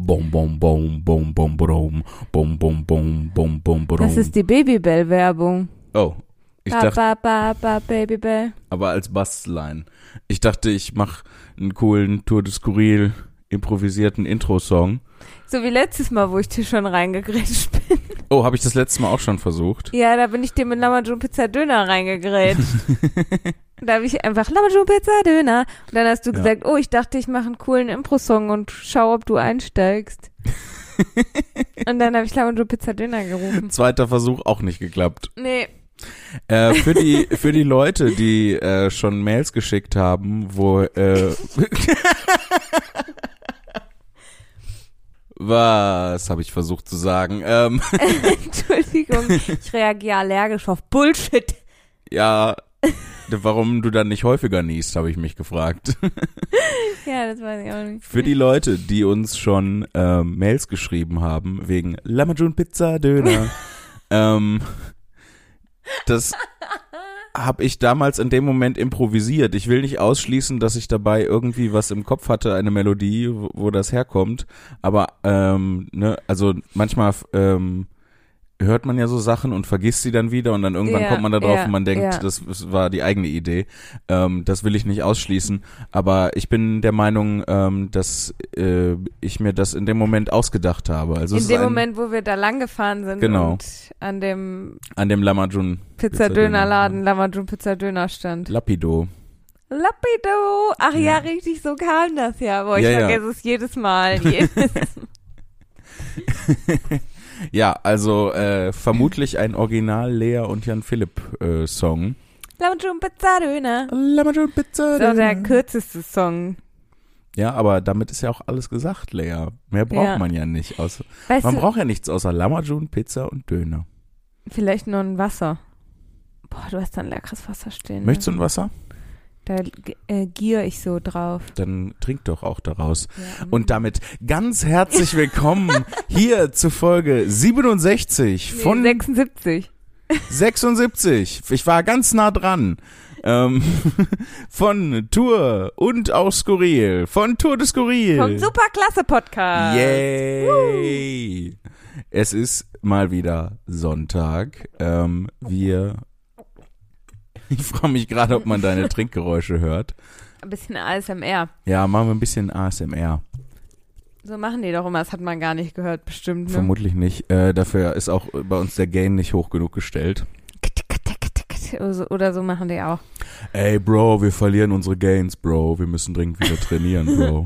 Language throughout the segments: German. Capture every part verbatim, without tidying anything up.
Bom, bom, bom, bom, bom, bom, bom, bom, bom, bom, bom, bom. Das ist die Babybell-Werbung. Oh, ich ba, dachte, ba, ba, ba, Babybell. aber als Bassline. Ich dachte, ich mache einen coolen Tour de Skurril improvisierten Intro-Song. So wie letztes Mal, wo ich dir schon reingegrätscht bin. Oh, habe ich das letzte Mal auch schon versucht? Ja, da bin ich dir mit Lamajun Pizza Döner reingegrätscht. Da habe ich einfach Lamajun Pizza Döner. Und dann hast du Ja. gesagt, oh, ich dachte, ich mache einen coolen Impro-Song und schau, ob du einsteigst. Und dann habe ich Lamajun Pizza Döner gerufen. Zweiter Versuch auch nicht geklappt. Nee. Äh, für die für die Leute, die äh, schon Mails geschickt haben, wo äh, was habe ich versucht zu sagen? Ähm, Entschuldigung, ich reagiere allergisch auf Bullshit. ja, warum du dann nicht häufiger niest, habe ich mich gefragt. Ja, das weiß ich auch nicht. Für die Leute, die uns schon ähm, Mails geschrieben haben wegen Lamajun Pizza Döner, ähm, das habe ich damals in dem Moment improvisiert. Ich will nicht ausschließen, dass ich dabei irgendwie was im Kopf hatte, eine Melodie, wo, wo das herkommt. Aber ähm, ne, also manchmal ähm, hört man ja so Sachen und vergisst sie dann wieder und dann irgendwann Ja, kommt man da drauf ja, und man denkt, ja. das, das war die eigene Idee. Ähm, das will ich nicht ausschließen. Aber ich bin der Meinung, ähm, dass äh, ich mir das in dem Moment ausgedacht habe. Also es In ist dem ein, Moment, wo wir da lang gefahren sind Genau. und an dem an dem Lamajun Pizza-Döner-Laden Lamajun Pizza-Döner stand. Lapido. Lapido! Ach ja, richtig, so kam das ja. Boah, ich Ja, ja. vergesse es jedes Mal. Jedes Ja, also äh, vermutlich ein Original Lea und Jan Philipp äh, Song. Lamajun Pizza-Döner. Lamajun Pizza. Das ist auch der kürzeste Song. Ja, aber damit ist ja auch alles gesagt, Lea. Mehr braucht Ja. man ja nicht. Außer, Weißt man du, braucht ja nichts außer Lamajun, Pizza und Döner. vielleicht noch ein Wasser. Boah, du hast da ein leckeres Wasser stehen. Möchtest du ne? ein Wasser? Da äh, gier ich so drauf. Dann trink doch auch daraus. Ja. Und damit ganz herzlich willkommen hier zu Folge siebenundsechzig Nee, von sechsundsiebzig. sechsundsiebzig. Ich war ganz nah dran. Ähm, von Tour und auch Skurril. Von Tour de Skurril. Vom Superklasse-Podcast. Yay! Es ist mal wieder Sonntag. Ähm, wir. Ich frage mich gerade, ob man deine Trinkgeräusche hört. Ein bisschen A S M R. Ja, machen wir ein bisschen A S M R. So machen die doch immer, das hat man gar nicht gehört, bestimmt. Ne? Vermutlich nicht. Äh, dafür ist auch bei uns der Gain nicht hoch genug gestellt. Oder so, oder so machen die auch. Ey, Bro, wir verlieren unsere Gains, Bro. Wir müssen dringend wieder trainieren, Bro.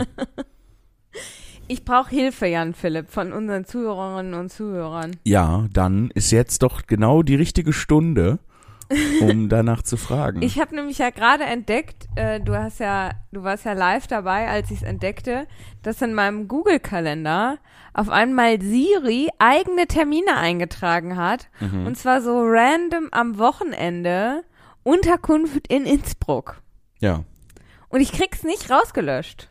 Ich brauche Hilfe, Jan Philipp, von unseren Zuhörerinnen und Zuhörern. Ja, dann ist jetzt doch genau die richtige Stunde, um danach zu fragen. Ich habe nämlich ja gerade entdeckt, äh, du hast ja, du warst ja live dabei, als ich es entdeckte, dass in meinem Google-Kalender auf einmal Siri eigene Termine eingetragen hat. Mhm. Und zwar so random am Wochenende Unterkunft in Innsbruck. Ja. Und ich krieg's nicht rausgelöscht.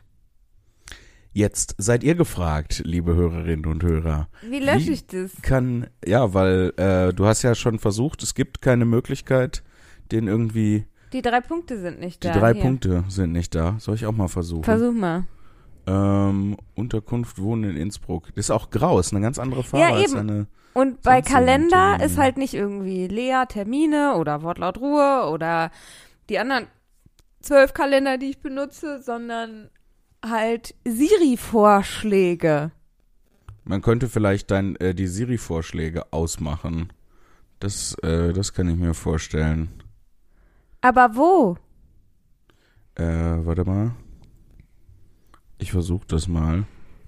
Jetzt seid ihr gefragt, liebe Hörerinnen und Hörer. Wie lösche Wie ich das? Kann, ja, weil äh, du hast ja schon versucht, es gibt keine Möglichkeit, den irgendwie, Die drei Punkte sind nicht die da. drei Hier. Punkte sind nicht da. Soll ich auch mal versuchen? Versuch mal. Ähm, Unterkunft wohnen in Innsbruck. Das ist auch grau, ist eine ganz andere Farbe Ja, als eben. eine. Und bei Sonst so Kalender Termine. ist halt nicht irgendwie Lea Termine oder Wortlaut Ruhe oder die anderen zwölf Kalender, die ich benutze, sondern halt Siri-Vorschläge. Man könnte vielleicht dein, äh, die Siri-Vorschläge ausmachen. Das, äh, das kann ich mir vorstellen. Aber wo? Äh, warte mal. Ich versuche das mal.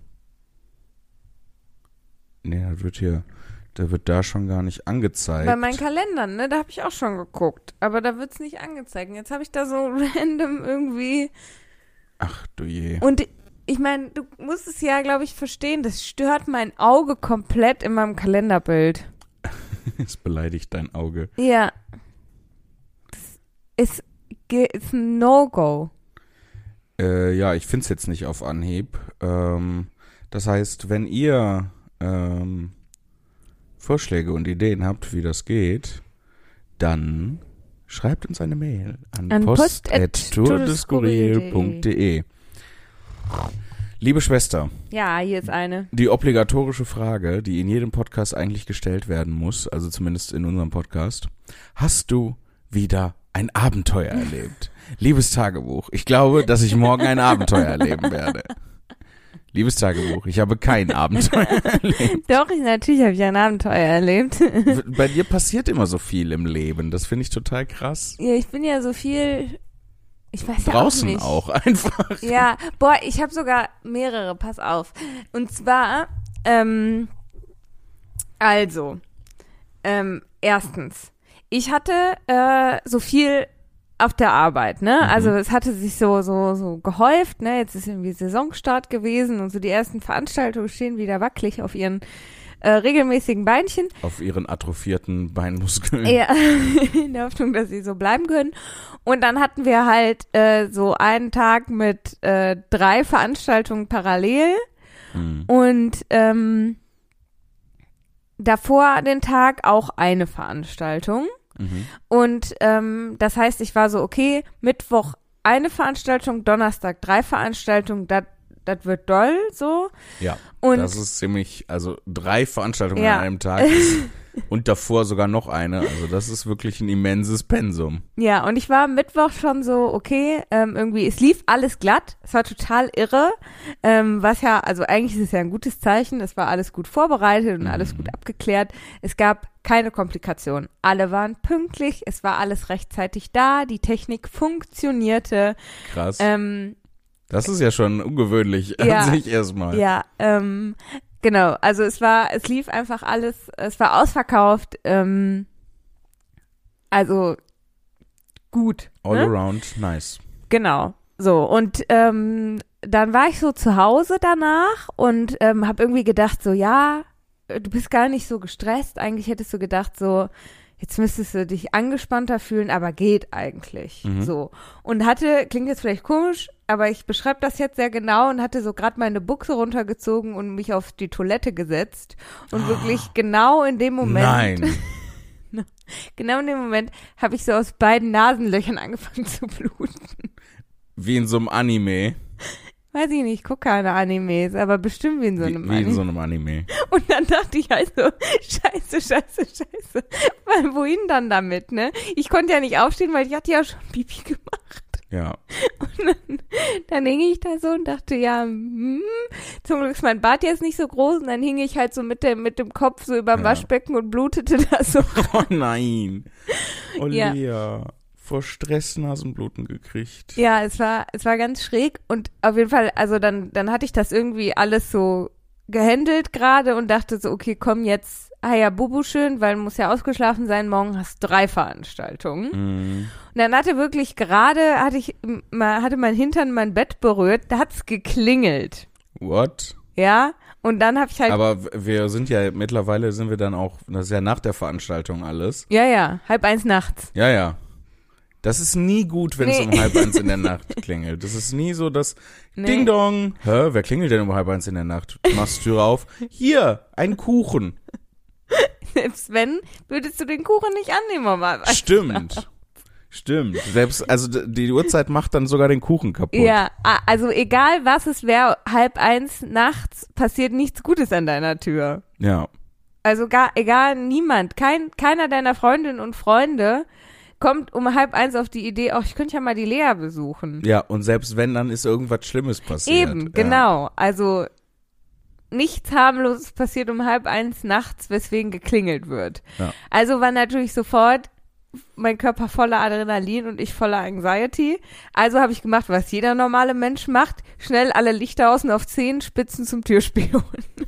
Nee, das wird hier, da wird da schon gar nicht angezeigt. Bei meinen Kalendern, ne? Da habe ich auch schon geguckt. Aber da wird's nicht angezeigt. Und jetzt habe ich da so random irgendwie. Ach du je. Und ich meine, du musst es ja, glaube ich, verstehen. Das stört mein Auge komplett in meinem Kalenderbild. Es beleidigt dein Auge. Ja. Das ist, ist ein No-Go. Äh, ja, ich find's jetzt nicht auf Anhieb. Ähm, das heißt, wenn ihr ähm, Vorschläge und Ideen habt, wie das geht, dann schreibt uns eine Mail an, An post post at at tour de skurril punkt de. Liebe Schwester. Ja, hier ist eine. Die obligatorische Frage, die in jedem Podcast eigentlich gestellt werden muss, also zumindest in unserem Podcast. Hast du wieder ein Abenteuer erlebt? Liebes Tagebuch, ich glaube, dass ich morgen ein Abenteuer erleben werde. Liebes Tagebuch, ich habe kein Abenteuer erlebt. Doch, ich, natürlich habe ich ein Abenteuer erlebt. Bei dir passiert immer so viel im Leben, das finde ich total krass. Ja, ich bin ja so viel... Ich weiß Draußen ja auch, auch einfach. Ja, boah, ich habe sogar mehrere, pass auf. Und zwar, ähm, also, ähm, erstens, ich hatte äh, so viel auf der Arbeit, ne? Mhm. Also es hatte sich so so so gehäuft, ne? Jetzt ist irgendwie Saisonstart gewesen und so die ersten Veranstaltungen stehen wieder wackelig auf ihren äh, regelmäßigen Beinchen. Auf ihren atrophierten Beinmuskeln. Ja, in der Hoffnung, dass sie so bleiben können. Und dann hatten wir halt äh, so einen Tag mit äh, drei Veranstaltungen parallel Mhm. und ähm, davor den Tag auch eine Veranstaltung. Mhm. Und ähm, das heißt, ich war so, okay, Mittwoch eine Veranstaltung, Donnerstag drei Veranstaltungen, das das wird doll so. Ja, Und das ist ziemlich, also drei Veranstaltungen Ja. an einem Tag ist, und davor sogar noch eine. Also das ist wirklich ein immenses Pensum. ja, und ich war am Mittwoch schon so, okay, ähm, irgendwie, es lief alles glatt, es war total irre, ähm, was ja, also eigentlich ist es ja ein gutes Zeichen, es war alles gut vorbereitet und alles gut abgeklärt, es gab keine Komplikationen, alle waren pünktlich, es war alles rechtzeitig da, die Technik funktionierte, Krass. ähm, Das ist ja schon ungewöhnlich Ja. an sich erstmal. ja, ähm, genau, also es war, es lief einfach alles, es war ausverkauft, ähm, also gut. All ne? around nice. Genau, so und ähm, dann war ich so zu Hause danach und ähm, habe irgendwie gedacht so, ja, du bist gar nicht so gestresst, eigentlich hättest du gedacht so, jetzt müsstest du dich angespannter fühlen, aber geht eigentlich, Mhm. so. Und hatte, klingt jetzt vielleicht komisch, aber ich beschreibe das jetzt sehr genau und hatte so gerade meine Buchse runtergezogen und mich auf die Toilette gesetzt und wirklich genau in dem Moment, Nein. genau in dem Moment habe ich so aus beiden Nasenlöchern angefangen zu bluten. Wie in so einem Anime. Weiß ich nicht, ich gucke keine Animes, aber bestimmt wie in so Wie, einem wie in Anime. so einem Anime. Und dann dachte ich halt so, scheiße, scheiße, scheiße. Weil wohin dann damit, ne? Ich konnte ja nicht aufstehen, weil ich hatte ja schon Pipi gemacht. Ja. Und dann, dann hing ich da so und dachte, ja, hm, zum Glück ist mein Bart jetzt nicht so groß. Und dann hing ich halt so mit dem, mit dem Kopf so überm Ja. Waschbecken und blutete da so. Oh nein. Oh Ja. Lia. Vor Stress Nasenbluten gekriegt. Ja, es war, es war ganz schräg und auf jeden Fall, also dann, dann hatte ich das irgendwie alles so gehandelt gerade und dachte so, okay, komm jetzt, ah ja, Bubu schön, weil muss ja ausgeschlafen sein, morgen hast du drei Veranstaltungen. Mhm. Und dann hatte wirklich gerade, hatte ich, mal, hatte mein Hintern mein Bett berührt, da hat's geklingelt. What? Ja, und dann habe ich halt, Aber w- wir sind ja, mittlerweile sind wir dann auch, das ist ja nach der Veranstaltung alles. ja, ja, halb eins nachts. Ja, ja. Das ist nie gut, wenn es Nee. um halb eins in der Nacht klingelt. Das ist nie so, dass Nee. Ding Dong. Hä, wer klingelt denn um halb eins in der Nacht? Du machst die Tür auf. Hier, ein Kuchen. Selbst wenn, würdest du den Kuchen nicht annehmen, um halb eins. Stimmt. Stimmt. Selbst, also d- die Uhrzeit macht dann sogar den Kuchen kaputt. Ja, a- also egal was es wäre, halb eins nachts passiert nichts Gutes an deiner Tür. Ja. Also gar, egal, niemand, kein, keiner deiner Freundinnen und Freunde kommt um halb eins auf die Idee, ach, ich könnte ja mal die Lea besuchen. Ja, und selbst wenn, dann ist irgendwas Schlimmes passiert. Eben, Ja. genau. Also nichts harmloses passiert um halb eins nachts, weswegen geklingelt wird. Ja. Also war natürlich sofort mein Körper voller Adrenalin und ich voller Anxiety. Also habe ich gemacht, was jeder normale Mensch macht. Schnell alle Lichter außen auf Zehenspitzen zum Türspion.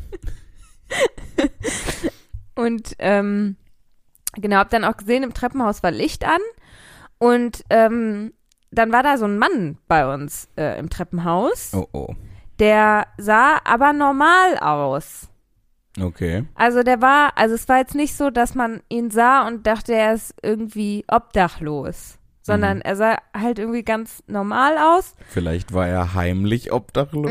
Und ähm, genau, hab dann auch gesehen, im Treppenhaus war Licht an und ähm, dann war da so ein Mann bei uns äh, im Treppenhaus. Oh, oh. Der sah aber normal aus. Okay. Also der war, also es war jetzt nicht so, dass man ihn sah und dachte, er ist irgendwie obdachlos, sondern Mhm. er sah halt irgendwie ganz normal aus. Vielleicht war er heimlich obdachlos.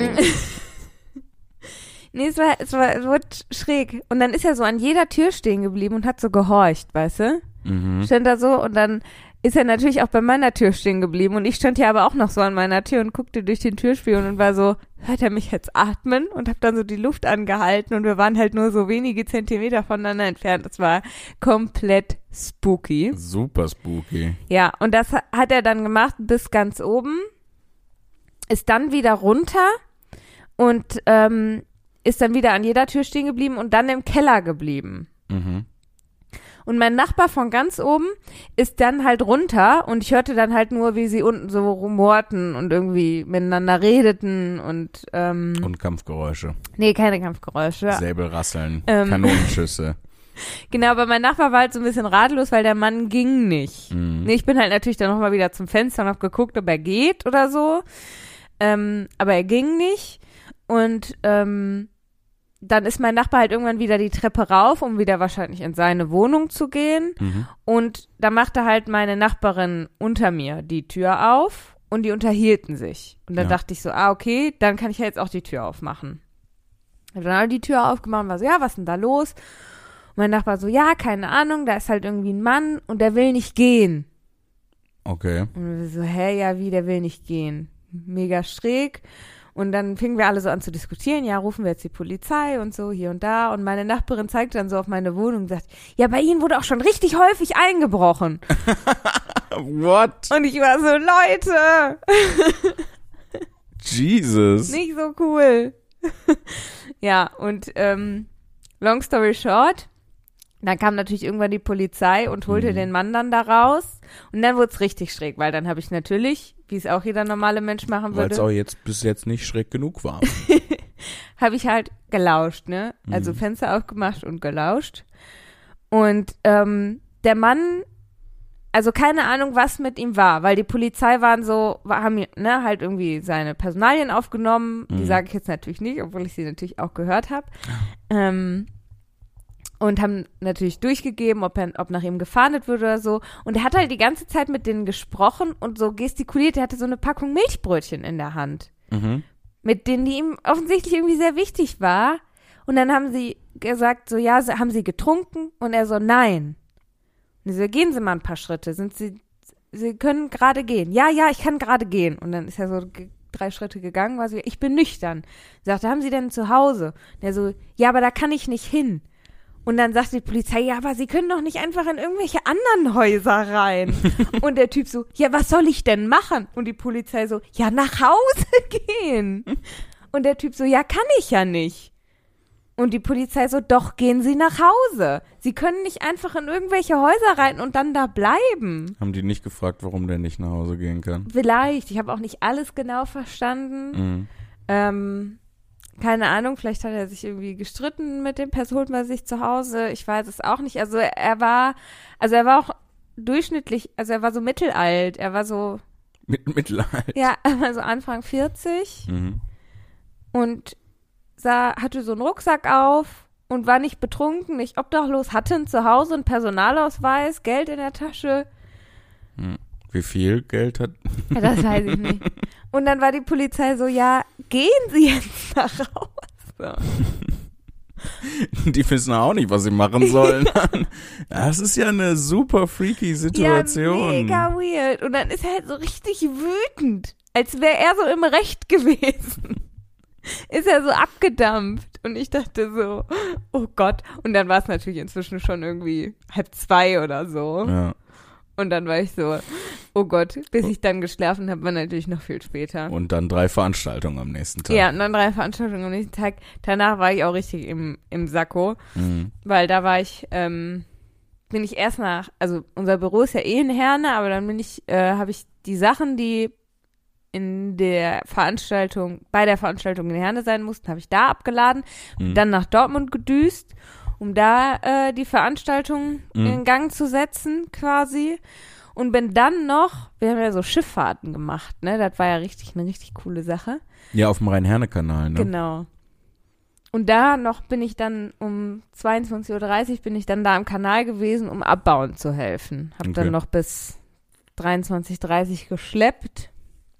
Nee, es war, es war, es wurde schräg. Und dann ist er so an jeder Tür stehen geblieben und hat so gehorcht, weißt du? Mhm. Stand da so und dann ist er natürlich auch bei meiner Tür stehen geblieben und ich stand ja aber auch noch so an meiner Tür und guckte durch den Türspion und war so, hört er mich jetzt atmen? Und habe dann so die Luft angehalten und wir waren halt nur so wenige Zentimeter voneinander entfernt. Das war komplett spooky. Super spooky. Ja, und das hat er dann gemacht bis ganz oben, ist dann wieder runter und ähm, ist dann wieder an jeder Tür stehen geblieben und dann im Keller geblieben. Mhm. Und mein Nachbar von ganz oben ist dann halt runter und ich hörte dann halt nur, wie sie unten so rumorten und irgendwie miteinander redeten und ähm, Und Kampfgeräusche. Nee, keine Kampfgeräusche. Säbelrasseln, Ähm. Kanonenschüsse. Genau, aber mein Nachbar war halt so ein bisschen ratlos, weil der Mann ging nicht. Mhm. Nee, ich bin halt natürlich dann nochmal wieder zum Fenster und hab geguckt, ob er geht oder so. Ähm, aber er ging nicht und ähm, dann ist mein Nachbar halt irgendwann wieder die Treppe rauf, um wieder wahrscheinlich in seine Wohnung zu gehen. Mhm. Und da machte halt meine Nachbarin unter mir die Tür auf und die unterhielten sich. Und dann Ja. dachte ich so, ah, okay, dann kann ich ja jetzt auch die Tür aufmachen. Ich habe dann halt die Tür aufgemacht und war so, ja, was ist denn da los? Und mein Nachbar so, ja, keine Ahnung, da ist halt irgendwie ein Mann und der will nicht gehen. Okay. Und wir so, hä, ja, wie, der will nicht gehen? Mega schräg. Und dann fingen wir alle so an zu diskutieren, ja, rufen wir jetzt die Polizei und so, hier und da. Und meine Nachbarin zeigt dann so auf meine Wohnung und sagt, ja, bei Ihnen wurde auch schon richtig häufig eingebrochen. What? Und ich war so, Leute, Jesus. nicht so cool. Ja, und ähm, long story short, dann kam natürlich irgendwann die Polizei und holte Mhm. den Mann dann da raus. Und dann wurde es richtig schräg, weil dann habe ich natürlich, wie es auch jeder normale Mensch machen Weil es würde, auch jetzt bis jetzt nicht schräg genug war. habe ich halt gelauscht, ne? Also Mhm. Fenster aufgemacht und gelauscht. Und ähm, der Mann, also keine Ahnung, was mit ihm war, weil die Polizei waren so, war, haben ne, halt irgendwie seine Personalien aufgenommen. Die Mhm. sage ich jetzt natürlich nicht, obwohl ich sie natürlich auch gehört habe. Ähm, und haben natürlich durchgegeben, ob, er, ob nach ihm gefahndet wird oder so. Und er hat halt die ganze Zeit mit denen gesprochen und so gestikuliert. Er hatte so eine Packung Milchbrötchen in der Hand, Mhm. mit denen die ihm offensichtlich irgendwie sehr wichtig war. Und dann haben sie gesagt, so, ja, haben sie getrunken? Und er so, nein. Und sie so, gehen Sie mal ein paar Schritte. Sind Sie, Sie können gerade gehen. Ja, ja, ich kann gerade gehen. Und dann ist er so ge- drei Schritte gegangen, war so, ich bin nüchtern. Sagte, haben Sie denn zu Hause? Und er so, ja, aber da kann ich nicht hin. Und dann sagt die Polizei, ja, aber Sie können doch nicht einfach in irgendwelche anderen Häuser rein. Und der Typ so, ja, was soll ich denn machen? Und die Polizei so, ja, nach Hause gehen. Und der Typ so, ja, kann ich ja nicht. Und die Polizei so, doch, gehen Sie nach Hause. Sie können nicht einfach in irgendwelche Häuser rein und dann da bleiben. Haben die nicht gefragt, warum der nicht nach Hause gehen kann? Vielleicht, ich habe auch nicht alles genau verstanden. Mhm. Ähm, keine Ahnung, vielleicht hat er sich irgendwie gestritten mit dem Person bei sich zu Hause. Ich weiß es auch nicht. Also er war, also er war auch durchschnittlich, also er war so mittelalt. Er war so, Mit Mitleid. ja, er war so Anfang vierzig Mhm. und sah, hatte so einen Rucksack auf und war nicht betrunken, nicht obdachlos, hatte ein Zuhause, einen Personalausweis, Geld in der Tasche. Wie viel Geld hat? Ja, das weiß ich nicht. Und dann war die Polizei so, ja, gehen Sie jetzt nach Hause. Die wissen auch nicht, was sie machen sollen. Das ist ja eine super freaky Situation. Ja, mega weird. Und dann ist er halt so richtig wütend, als wäre er so im Recht gewesen. Ist er so abgedampft. Und ich dachte so, oh Gott. Und dann war es natürlich inzwischen schon irgendwie halb zwei oder so. Ja. Und dann war ich so, oh Gott, bis ich dann geschlafen habe, war natürlich noch viel später. Und dann drei Veranstaltungen am nächsten Tag. Ja, und dann drei Veranstaltungen am nächsten Tag. Danach war ich auch richtig im, im Sakko, Mhm. weil da war ich, ähm, bin ich erst nach, also unser Büro ist ja eh in Herne, aber dann bin ich, äh, habe ich die Sachen, die in der Veranstaltung, bei der Veranstaltung in Herne sein mussten, habe ich da abgeladen, Mhm. dann nach Dortmund gedüst, um da äh, die Veranstaltung Mhm. in Gang zu setzen quasi. Und bin dann noch, wir haben ja so Schifffahrten gemacht, ne? Das war ja richtig eine richtig coole Sache. Ja, auf dem Rhein-Herne-Kanal, ne? Genau. Und da noch bin ich dann um zweiundzwanzig Uhr dreißig bin ich dann da am Kanal gewesen, um abbauen zu helfen. Hab Okay. dann noch bis dreiundzwanzig Uhr dreißig geschleppt,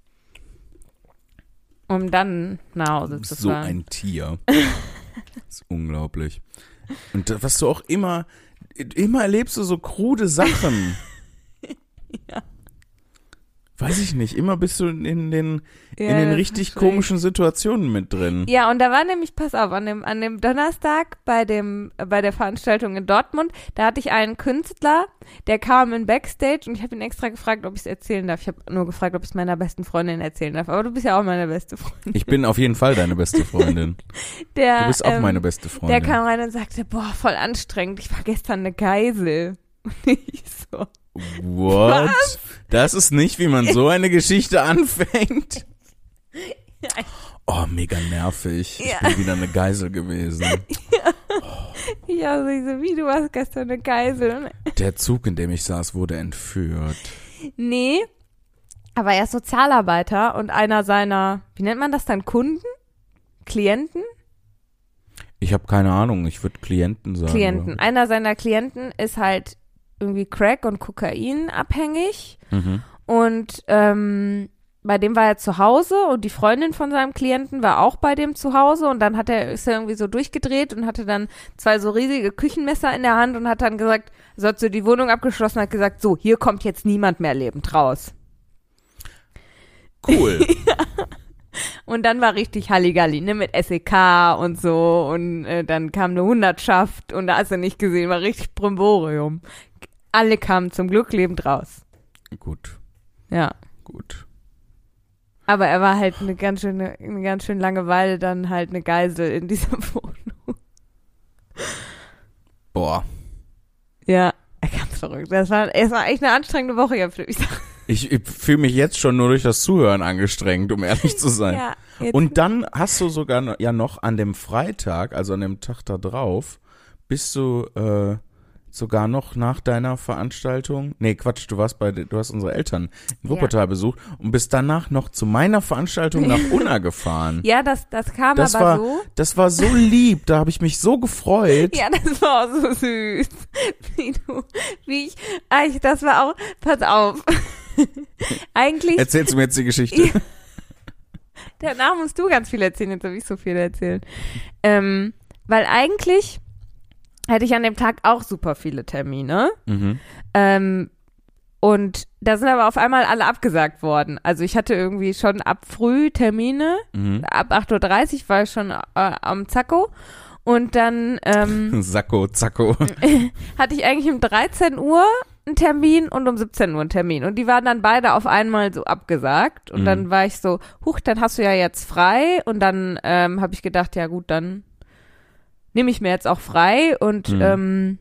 um dann nach Hause zu So fahren. ein Tier. Das ist unglaublich. Und da- was du auch immer, immer erlebst du so krude Sachen. Ja. Weiß ich nicht, immer bist du in den, Ja, in den das richtig verstehe ich. komischen Situationen mit drin. Ja, und da war nämlich, pass auf, an dem, an dem Donnerstag bei dem, bei der Veranstaltung in Dortmund, da hatte ich einen Künstler, der kam in Backstage und ich habe ihn extra gefragt, ob ich es erzählen darf. Ich habe nur gefragt, ob ich es meiner besten Freundin erzählen darf. Aber du bist ja auch meine beste Freundin. Ich bin auf jeden Fall deine beste Freundin. Der, Du bist auch ähm, meine beste Freundin. Der kam rein und sagte, boah, voll anstrengend, ich war gestern eine Geisel. Und ich so, What? Das ist nicht, wie man so eine Geschichte anfängt. ja, Oh, mega nervig. Ja. Ich bin wieder eine Geisel gewesen. ich also ich so, wie, du warst gestern eine Geisel? Der Zug, in dem ich saß, wurde entführt. Nee, aber er ist Sozialarbeiter und einer seiner, wie nennt man das dann, Kunden? Klienten? Ich habe keine Ahnung, ich würde Klienten sagen. Klienten. oder? Einer seiner Klienten ist halt irgendwie Crack- und Kokain abhängig Mhm. und ähm, bei dem war er zu Hause und die Freundin von seinem Klienten war auch bei dem zu Hause und dann hat er, ist er irgendwie so durchgedreht und hatte dann zwei so riesige Küchenmesser in der Hand und hat dann gesagt, also hat so die Wohnung abgeschlossen, hat gesagt, so, hier kommt jetzt niemand mehr lebend raus. Cool. Und dann war richtig Halligalli, ne, mit S E K und so und äh, dann kam eine Hundertschaft und da hast du nicht gesehen, war richtig Brimborium. Alle kamen zum Glück lebend raus. Gut, Ja. gut. Aber er war halt eine ganz schöne, eine ganz schön lange Weile dann halt eine Geisel in dieser Wohnung. Boah. Ja, ganz verrückt. Das war, es war echt eine anstrengende Woche, ja, ich sag. Ich, ich fühle mich jetzt schon nur durch das Zuhören angestrengt, um ehrlich zu sein. Ja, jetzt, Und dann hast du sogar noch, ja noch an dem Freitag, also an dem Tag da drauf, bist du äh, sogar noch nach deiner Veranstaltung, nee Quatsch, du warst bei, du hast unsere Eltern in Wuppertal Ja. besucht und bist danach noch zu meiner Veranstaltung nach Unna gefahren. ja, das, das kam Das aber war, so. das war so lieb, da habe ich mich so gefreut. Ja, das war auch so süß. Wie du, wie ich, eigentlich, das war auch, pass auf. Eigentlich, Erzählst du mir jetzt die Geschichte? Ja. danach musst du ganz viel erzählen, jetzt habe ich so viel erzählt. Ähm, weil eigentlich hatte ich an dem Tag auch super viele Termine. Mhm. Ähm, und da sind aber auf einmal alle abgesagt worden. Also ich hatte irgendwie schon ab früh Termine. Mhm. Ab acht Uhr dreißig war ich schon äh, am Zacko. Und dann ähm, Sacko, Zacko. hatte ich eigentlich um dreizehn Uhr einen Termin und um siebzehn Uhr einen Termin. Und die waren dann beide auf einmal so abgesagt. Und Mhm. dann war ich so, huch, dann hast du ja jetzt frei. Und dann ähm, habe ich gedacht, ja gut, dann nehme ich mir jetzt auch frei. Und Mhm. ähm,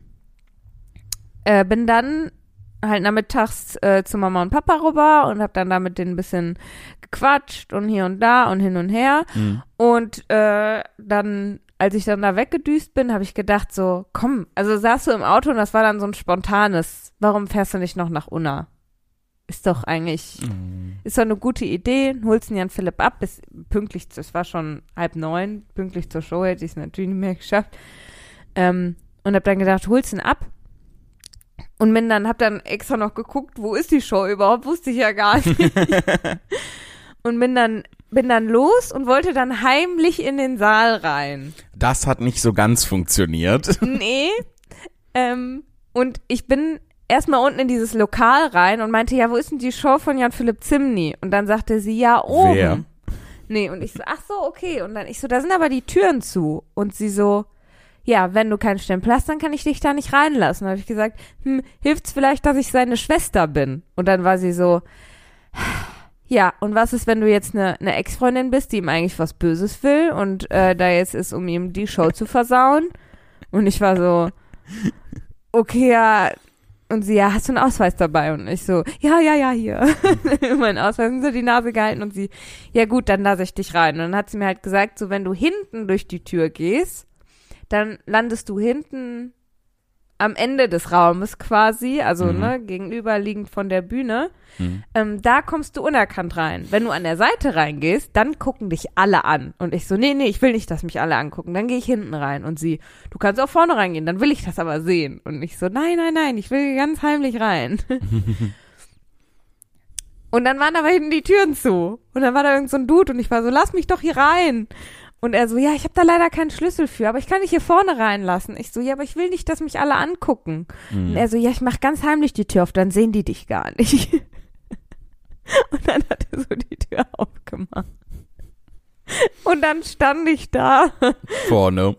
äh, bin dann halt nachmittags äh, zu Mama und Papa rüber und habe dann da mit denen ein bisschen gequatscht und hier und da und hin und her. Mhm. Und äh, dann, als ich dann da weggedüst bin, habe ich gedacht so, komm, also saß du im Auto und das war dann so ein spontanes, warum fährst du nicht noch nach Unna? Ist doch eigentlich, Mhm. ist doch eine gute Idee, holst den Jan Philipp ab, bis pünktlich, es war schon halb neun, pünktlich zur Show hätte ich es natürlich nicht mehr geschafft. Ähm, und hab dann gedacht, holst ihn ab. Und bin dann, hab dann extra noch geguckt, wo ist die Show überhaupt, wusste ich ja gar nicht. Und bin dann, bin dann los und wollte dann heimlich in den Saal rein. Das hat nicht so ganz funktioniert. Nee. ähm, und ich bin erstmal unten in dieses Lokal rein und meinte, ja, wo ist denn die Show von Jan Philipp Zimny? Und dann sagte sie, ja, oben. Wer? Nee, und ich so, ach so, okay. Und dann ich so, da sind aber die Türen zu. Und sie so, ja, wenn du keinen Stempel hast, dann kann ich dich da nicht reinlassen. Da habe ich gesagt, hm, hilft's vielleicht, dass ich seine Schwester bin? Und dann war sie so, ja, und was ist, wenn du jetzt eine, eine Ex-Freundin bist, die ihm eigentlich was Böses will und äh, da jetzt ist, um ihm die Show zu versauen? Und ich war so, okay, ja. Und sie, ja, hast du einen Ausweis dabei? Und ich so, ja, ja, ja, hier. Mein Ausweis, und so die Nase gehalten und sie, ja gut, dann lasse ich dich rein. Und dann hat sie mir halt gesagt, so wenn du hinten durch die Tür gehst, dann landest du hinten am Ende des Raumes quasi, also Mhm. ne, gegenüberliegend von der Bühne. Mhm. Ähm, da kommst du unerkannt rein. Wenn du an der Seite reingehst, dann gucken dich alle an. Und ich so, nee, nee, ich will nicht, dass mich alle angucken. Dann gehe ich hinten rein. Und sie, du kannst auch vorne reingehen, dann will ich das aber sehen. Und ich so, nein, nein, nein, ich will ganz heimlich rein. Und dann waren aber hinten die Türen zu. Und dann war da irgend so ein Dude und ich war so, lass mich doch hier rein. Und er so, ja, ich habe da leider keinen Schlüssel für, aber ich kann dich hier vorne reinlassen. Ich so, ja, aber ich will nicht, dass mich alle angucken. Mhm. Und er so, ja, ich mach ganz heimlich die Tür auf, dann sehen die dich gar nicht. Und dann hat er so die Tür aufgemacht. Und dann stand ich da. Vorne.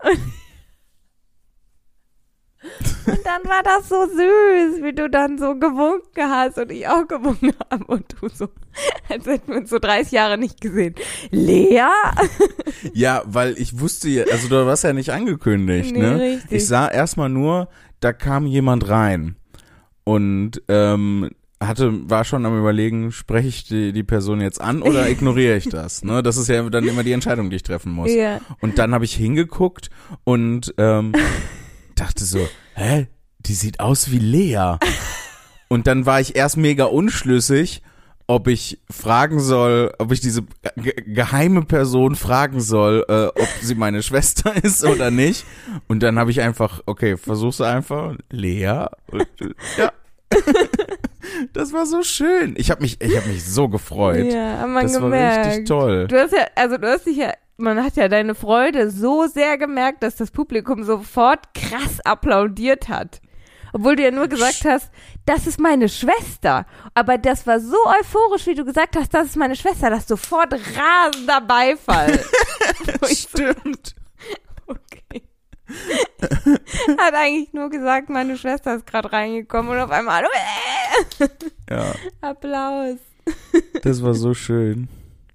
Und dann war das so süß, wie du dann so gewunken hast und ich auch gewunken habe und du so, als hätten wir uns so dreißig Jahre nicht gesehen. Lea? Ja, weil ich wusste ja, also du warst ja nicht angekündigt, Nee, ne? richtig. Ich sah erstmal nur, da kam jemand rein und ähm, hatte, war schon am Überlegen, spreche ich die, die Person jetzt an oder ignoriere ich das, ne? Das ist ja dann immer die Entscheidung, die ich treffen muss. Ja. Und dann habe ich hingeguckt und ähm, dachte so, hä, die sieht aus wie Lea. Und dann war ich erst mega unschlüssig, ob ich fragen soll, ob ich diese ge geheime Person fragen soll, äh, ob sie meine Schwester ist oder nicht. Und dann habe ich einfach, okay, versuch's einfach, Lea. Und, ja. Das war so schön. Ich habe mich, ich habe mich so gefreut. Ja, hat man das gemerkt. war richtig toll. Du hast ja, also du hast dich ja, man hat ja deine Freude so sehr gemerkt, dass das Publikum sofort krass applaudiert hat. Obwohl du ja nur gesagt hast, das ist meine Schwester. Aber das war so euphorisch, wie du gesagt hast, das ist meine Schwester, dass sofort rasender Beifall. Stimmt. Okay. Hat eigentlich nur gesagt, meine Schwester ist gerade reingekommen und auf einmal Ja, Applaus. das war so schön.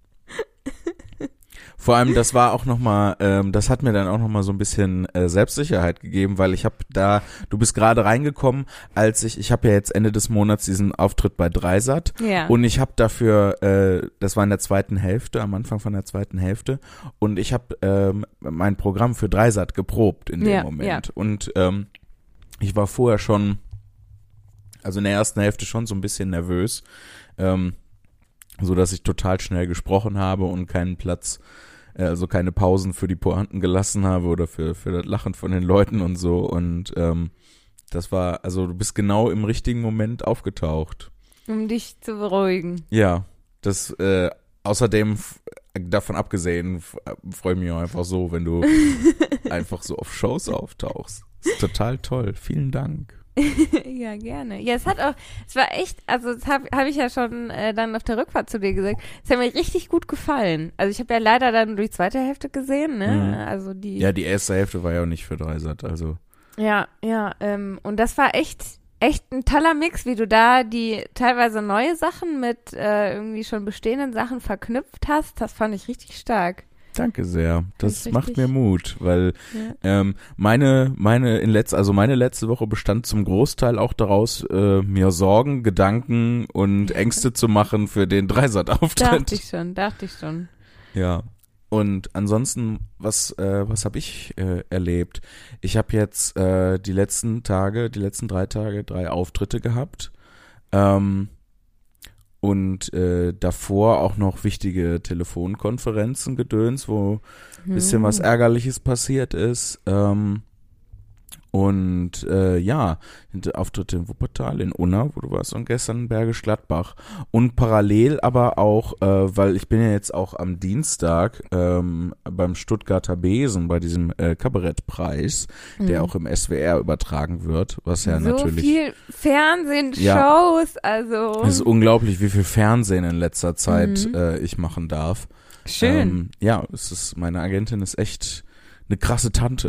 Vor allem, das war auch nochmal, ähm, das hat mir dann auch nochmal so ein bisschen äh, Selbstsicherheit gegeben, weil ich habe da, du bist gerade reingekommen, als ich, ich habe ja jetzt Ende des Monats diesen Auftritt bei Dreisat Ja. und ich habe dafür, äh, das war in der zweiten Hälfte, am Anfang von der zweiten Hälfte und ich habe ähm, mein Programm für Dreisat geprobt in dem Ja, Moment ja. und ähm, ich war vorher schon, also in der ersten Hälfte schon so ein bisschen nervös, ähm, so dass ich total schnell gesprochen habe und keinen Platz, also keine Pausen für die Pointen gelassen habe oder für für das Lachen von den Leuten und so und ähm, das war, also du bist genau im richtigen Moment aufgetaucht. Um dich zu beruhigen. Ja, das äh, außerdem f- davon abgesehen f- freue ich mich auch einfach so, wenn du einfach so auf Shows auftauchst. Ist total toll. Vielen Dank. Ja, gerne. Ja, es hat auch, es war echt, also das habe hab ich ja schon äh, dann auf der Rückfahrt zu dir gesagt, es hat mir richtig gut gefallen. Also ich habe ja leider dann nur die zweite Hälfte gesehen, ne? Mhm. Also die. Ja, die erste Hälfte war ja auch nicht für Dreisat, also. Ja, ja, ähm, und das war echt, echt ein toller Mix, wie du da die teilweise neue Sachen mit äh, irgendwie schon bestehenden Sachen verknüpft hast. Das fand ich richtig stark. Danke sehr. Das Das ist macht richtig- mir Mut, weil Ja. ähm, meine meine in letzter also meine letzte Woche bestand zum Großteil auch daraus, äh, mir Sorgen, Gedanken und Ängste zu machen für den Dreisat-Auftritt. Dachte ich schon, dachte ich schon. Ja. Und ansonsten, was äh, was habe ich äh, erlebt? Ich habe jetzt äh, die letzten Tage, die letzten drei Tage, drei Auftritte gehabt. Ähm, und äh, davor auch noch wichtige Telefonkonferenzen gedöns, wo ein bisschen was Ärgerliches passiert ist. Ähm, und äh, ja, Auftritte in Wuppertal, in Unna, wo du warst, und gestern in Bergisch Gladbach. Und parallel aber auch, äh, weil ich bin ja jetzt auch am Dienstag ähm, beim Stuttgarter Besen, bei diesem äh, Kabarettpreis, der auch im S W R übertragen wird, was ja so natürlich... viel Fernsehen, Ja. Shows, also. Es ist unglaublich, wie viel Fernsehen in letzter Zeit Mhm. äh, ich machen darf. Schön. Ähm, ja, es ist, meine Agentin ist echt eine krasse Tante.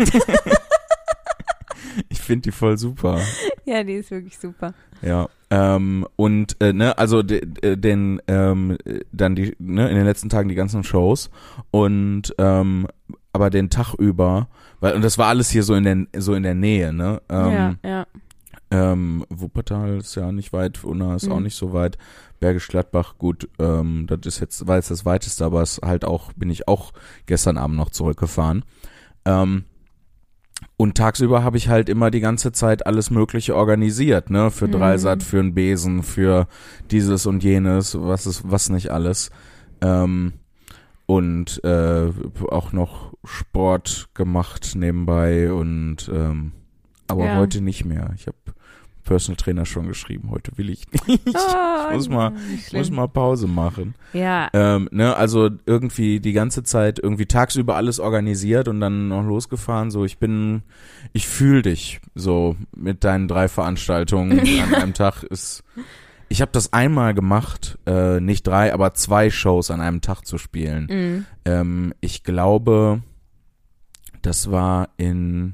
Ich finde die voll super. Ja, die ist wirklich super. Ja. Ähm, und äh, ne, also de, de, den ähm, dann die, ne, in den letzten Tagen die ganzen Shows und ähm, aber den Tag über, weil und das war alles hier so in der so in der Nähe, ne? Ähm, ja, ja. Ähm, Wuppertal ist ja nicht weit, Unna ist Mhm. auch nicht so weit. Bergisch Gladbach, gut, ähm, das ist jetzt, war jetzt das weiteste, aber es halt auch, bin ich auch gestern Abend noch zurückgefahren. Ähm, und tagsüber habe ich halt immer die ganze Zeit alles Mögliche organisiert, ne, für Mhm. Dreisat, für einen Besen, für dieses und jenes, was ist, was nicht alles. Ähm, und äh, auch noch Sport gemacht nebenbei und ähm, aber Ja. heute nicht mehr. Ich habe Personal Trainer schon geschrieben, heute will ich nicht. Oh, ich muss mal, ich muss mal Pause machen. Ja. Ähm, ne, also irgendwie die ganze Zeit irgendwie tagsüber alles organisiert und dann noch losgefahren. So, ich bin, ich fühle dich so mit deinen drei Veranstaltungen an einem Tag ist. Ich habe das einmal gemacht, äh, nicht drei, aber zwei Shows an einem Tag zu spielen. Mhm. Ähm, ich glaube, das war in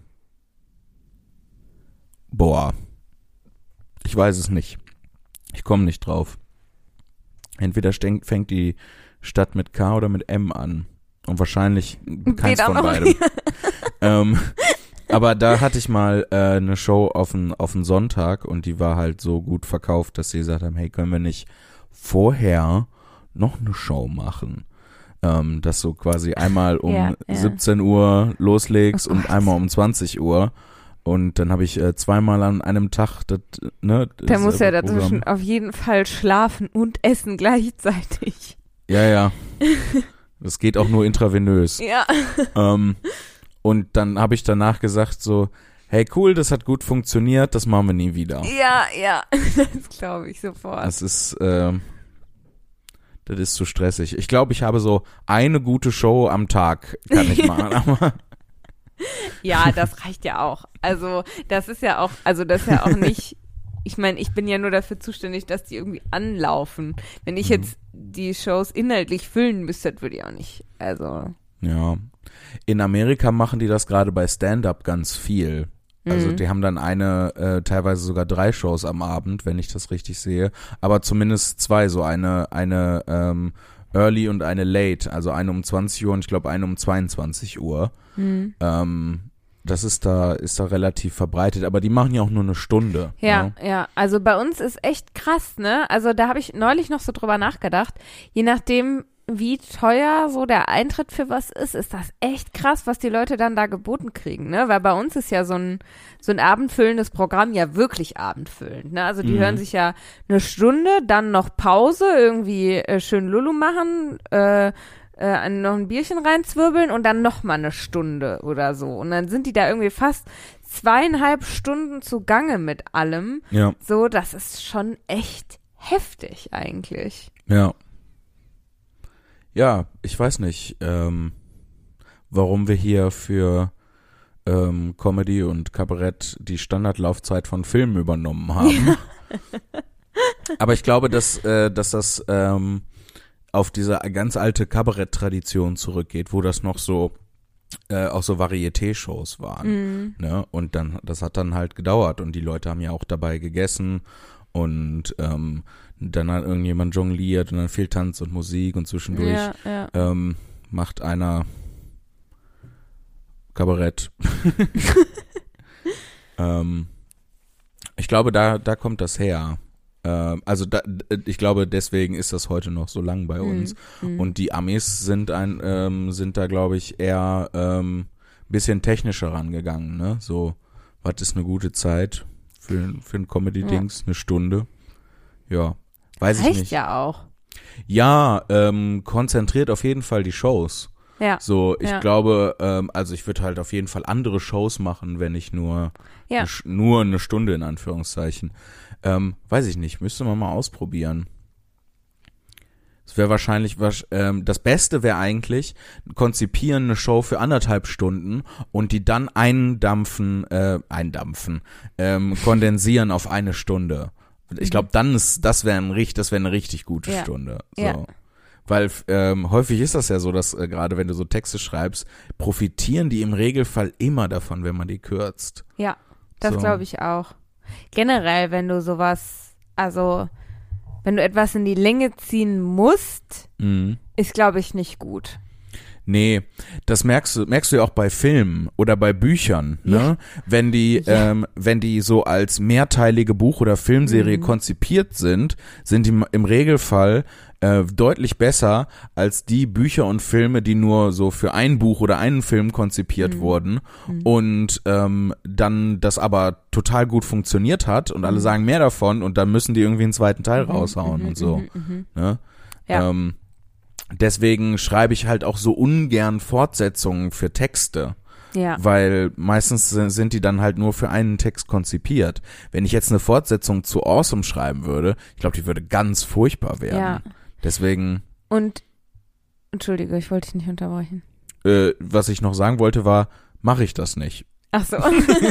Boah. Ich weiß es nicht. Ich komme nicht drauf. Entweder stenk, fängt die Stadt mit K oder mit M an. Und wahrscheinlich keins Weder von noch. beidem. ähm, aber da hatte ich mal äh, eine Show auf einen auf einen Sonntag und die war halt so gut verkauft, dass sie gesagt haben, hey, können wir nicht vorher noch eine Show machen? Ähm, dass du quasi einmal um Ja, ja. siebzehn Uhr loslegst Oh und Gott. einmal um zwanzig Uhr. Und dann habe ich äh, zweimal an einem Tag das, ne, Der muss ja dasselbe dazwischen Programm. auf jeden Fall schlafen und essen gleichzeitig. Ja, ja. Das geht auch nur intravenös. Ja. ähm, und dann habe ich danach gesagt so, hey cool, das hat gut funktioniert, das machen wir nie wieder. Ja, ja. Das glaube ich sofort. Das ist, ähm, das ist zu stressig. Ich glaube, ich habe so eine gute Show am Tag, kann ich machen. Aber Ja, das reicht ja auch. Also, das ist ja auch, also das ist ja auch nicht, ich meine, ich bin ja nur dafür zuständig, dass die irgendwie anlaufen. Wenn ich Mhm. jetzt die Shows inhaltlich füllen müsste, das würde ich auch nicht. Also. ja. In Amerika machen die das gerade bei Stand-Up ganz viel. Also Mhm. die haben dann eine, äh, teilweise sogar drei Shows am Abend, wenn ich das richtig sehe. Aber zumindest zwei, so eine, eine ähm, Early und eine Late. Also eine um zwanzig Uhr und ich glaube eine um zweiundzwanzig Uhr. Mhm. Ähm, das ist da, ist da relativ verbreitet. Aber die machen ja auch nur eine Stunde. Ja, Ne? ja. Also bei uns ist echt krass, ne? Also da habe ich neulich noch so drüber nachgedacht. Je nachdem, wie teuer so der Eintritt für was ist, ist das echt krass, was die Leute dann da geboten kriegen, ne? Weil bei uns ist ja so ein, so ein abendfüllendes Programm ja wirklich abendfüllend, ne? Also die Mhm. hören sich ja eine Stunde, dann noch Pause, irgendwie äh, schön Lulu machen, äh, äh, noch ein Bierchen reinzwirbeln und dann noch mal eine Stunde oder so. Und dann sind die da irgendwie fast zweieinhalb Stunden zugange mit allem. Ja, So, das ist schon echt heftig eigentlich. ja. Ja, ich weiß nicht, ähm, warum wir hier für ähm, Comedy und Kabarett die Standardlaufzeit von Filmen übernommen haben. Aber ich glaube, dass, äh, dass das ähm, auf diese ganz alte Kabarett-Tradition zurückgeht, wo das noch so äh, auch so Varieté-Shows waren. Mhm. Ne? Und dann, das hat dann halt gedauert und die Leute haben ja auch dabei gegessen und ähm, dann hat irgendjemand jongliert und dann viel Tanz und Musik und zwischendurch Ja, ja. ähm, macht einer Kabarett. ähm, ich glaube, da, da kommt das her. Ähm, also da, ich glaube, deswegen ist das heute noch so lang bei uns. Mhm. Und die Amis sind ein, ähm, sind da, glaube ich, eher ähm, bisschen technischer rangegangen, ne? So, was ist eine gute Zeit für, für ein Comedy-Dings? Eine Stunde. Ja, weiß ich Reicht nicht. ja auch. Ja, ähm, konzentriert auf jeden Fall die Shows. Ja. So, ich Ja. glaube, ähm, also ich würde halt auf jeden Fall andere Shows machen, wenn ich nur, Ja. eine, Sch- nur eine Stunde in Anführungszeichen. Ähm, weiß ich nicht, müsste man mal ausprobieren. Es wäre wahrscheinlich, wasch- ähm, das Beste wäre eigentlich, konzipieren eine Show für anderthalb Stunden und die dann eindampfen, äh, eindampfen, ähm, kondensieren auf eine Stunde. Ich glaube, dann ist, das wäre ein richtig, das wäre eine richtig gute Ja. Stunde. So. Ja. Weil ähm, häufig ist das ja so, dass äh, gerade wenn du so Texte schreibst, profitieren die im Regelfall immer davon, wenn man die kürzt. Ja, das So. glaube ich auch. Generell, wenn du sowas, also wenn du etwas in die Länge ziehen musst, Mhm. ist, glaube ich, nicht gut. Nee, das merkst du, merkst du ja auch bei Filmen oder bei Büchern, ne? Ja. Wenn die, Ja. ähm, wenn die so als mehrteilige Buch- oder Filmserie Mhm. konzipiert sind, sind die im Regelfall äh, deutlich besser als die Bücher und Filme, die nur so für ein Buch oder einen Film konzipiert Mhm. wurden Mhm. und ähm, dann das aber total gut funktioniert hat und alle Mhm. sagen mehr davon und dann müssen die irgendwie einen zweiten Teil Mhm, raushauen mhm, und so. mhm, mhm. Ne? Ja. Ähm, deswegen schreibe ich halt auch so ungern Fortsetzungen für Texte, Ja. Weil meistens sind die dann halt nur für einen Text konzipiert. Wenn ich jetzt eine Fortsetzung zu Awesome schreiben würde, ich glaube, die würde ganz furchtbar werden. Ja. Deswegen. Und, Entschuldige, ich wollte dich nicht unterbrechen. Äh, was ich noch sagen wollte war, mache ich das nicht. Ach so.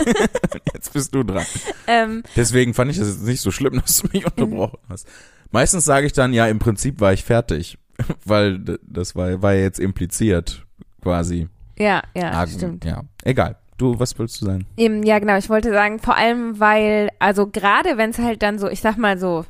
Jetzt bist du dran. ähm, Deswegen fand ich das jetzt nicht so schlimm, dass du mich unterbrochen hast. Meistens sage ich dann, ja, im Prinzip war ich fertig. Weil das war, war ja jetzt impliziert, quasi. ja, ja, Ah, stimmt. Ja, egal. Du, was willst du sagen? Eben, ja, genau. Ich wollte sagen, vor allem, weil, also gerade wenn es halt dann so, ich sag mal so,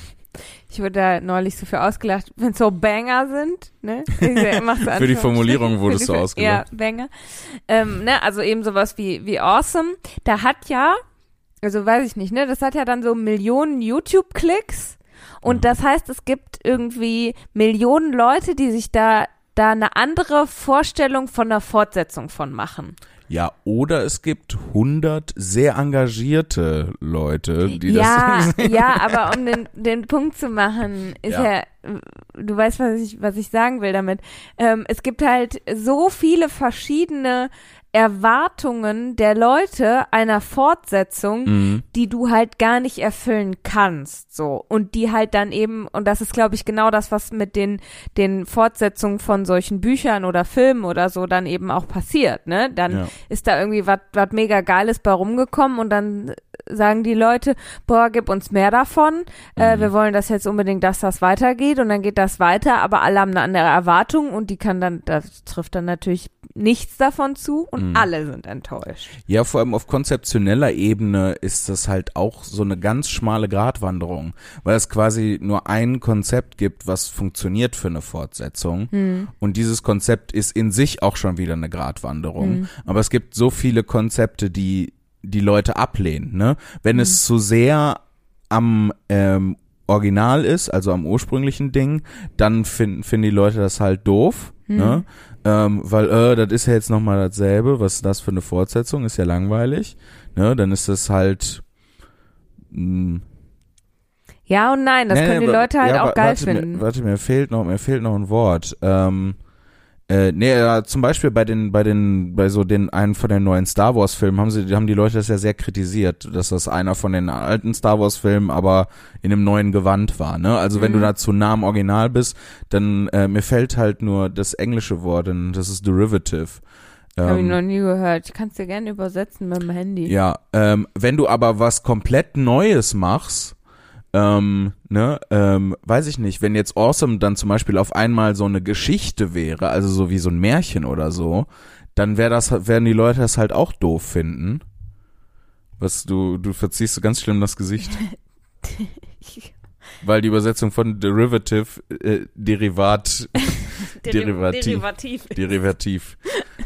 ich wurde da neulich so für ausgelacht, wenn es so Banger sind, ne? Ich mach so Für die Formulierung wurdest du ausgelacht. Ja, Banger. Ähm, ne? Also eben sowas wie, wie Awesome. Da hat ja, also weiß ich nicht, ne? Das hat ja dann so Millionen YouTube-Klicks und Mhm. das heißt, es gibt irgendwie Millionen Leute, die sich da da eine andere Vorstellung von der Fortsetzung von machen. Ja, oder es gibt hundert sehr engagierte Leute, die ja, das. ja, aber um den, den Punkt zu machen, ist ja, Ja. du weißt, was ich, was ich sagen will damit. Ähm, es gibt halt so viele verschiedene Erwartungen der Leute einer Fortsetzung, Mhm. die du halt gar nicht erfüllen kannst, so. Und die halt dann eben, und das ist, glaube ich, genau das, was mit den, den Fortsetzungen von solchen Büchern oder Filmen oder so dann eben auch passiert, ne? Dann Ja. ist da irgendwie was was mega Geiles bei rumgekommen und dann sagen die Leute, boah, gib uns mehr davon, äh, Mhm. wir wollen das jetzt unbedingt, dass das weitergeht und dann geht das weiter, aber alle haben eine andere Erwartung und die kann dann, das trifft dann natürlich nichts davon zu und Mhm. alle sind enttäuscht. Ja, vor allem auf konzeptioneller Ebene ist das halt auch so eine ganz schmale Gratwanderung, weil es quasi nur ein Konzept gibt, was funktioniert für eine Fortsetzung. Hm. Und dieses Konzept ist in sich auch schon wieder eine Gratwanderung. Hm. Aber es gibt so viele Konzepte, die die Leute ablehnen, ne? Wenn Hm. es zu sehr am ähm, Original ist, also am ursprünglichen Ding, dann finden finden die Leute das halt doof, Hm. ne? Ähm, weil, äh, das ist ja jetzt nochmal dasselbe, was ist das für eine Fortsetzung, ist ja langweilig, ne? Dann ist das halt, mh, Ja und nein, das nee, können die nee, Leute halt ja, auch wa- geil warte, finden. Mir, warte, mir fehlt noch, mir fehlt noch ein Wort. Ähm, äh, nee, ja, zum Beispiel bei den, bei den, bei so den einen von den neuen Star Wars Filmen haben sie, haben die Leute das ja sehr kritisiert, dass das einer von den alten Star Wars Filmen aber in einem neuen Gewand war, ne? Also wenn Mhm. du da zu nah am Original bist, dann, äh, mir fällt halt nur das englische Wort, und das ist Derivative. Habe ich Ähm, noch nie gehört. Ich kann es dir gerne übersetzen mit dem Handy. Ja, ähm, wenn du aber was komplett Neues machst, ähm, ne, ähm, weiß ich nicht, wenn jetzt Awesome dann zum Beispiel auf einmal so eine Geschichte wäre, also so wie so ein Märchen oder so, dann wäre das, werden die Leute das halt auch doof finden. Was du, du verziehst ganz schlimm das Gesicht. Weil die Übersetzung von Derivative, äh, Derivat, Derivativ. Derivativ. Derivativ.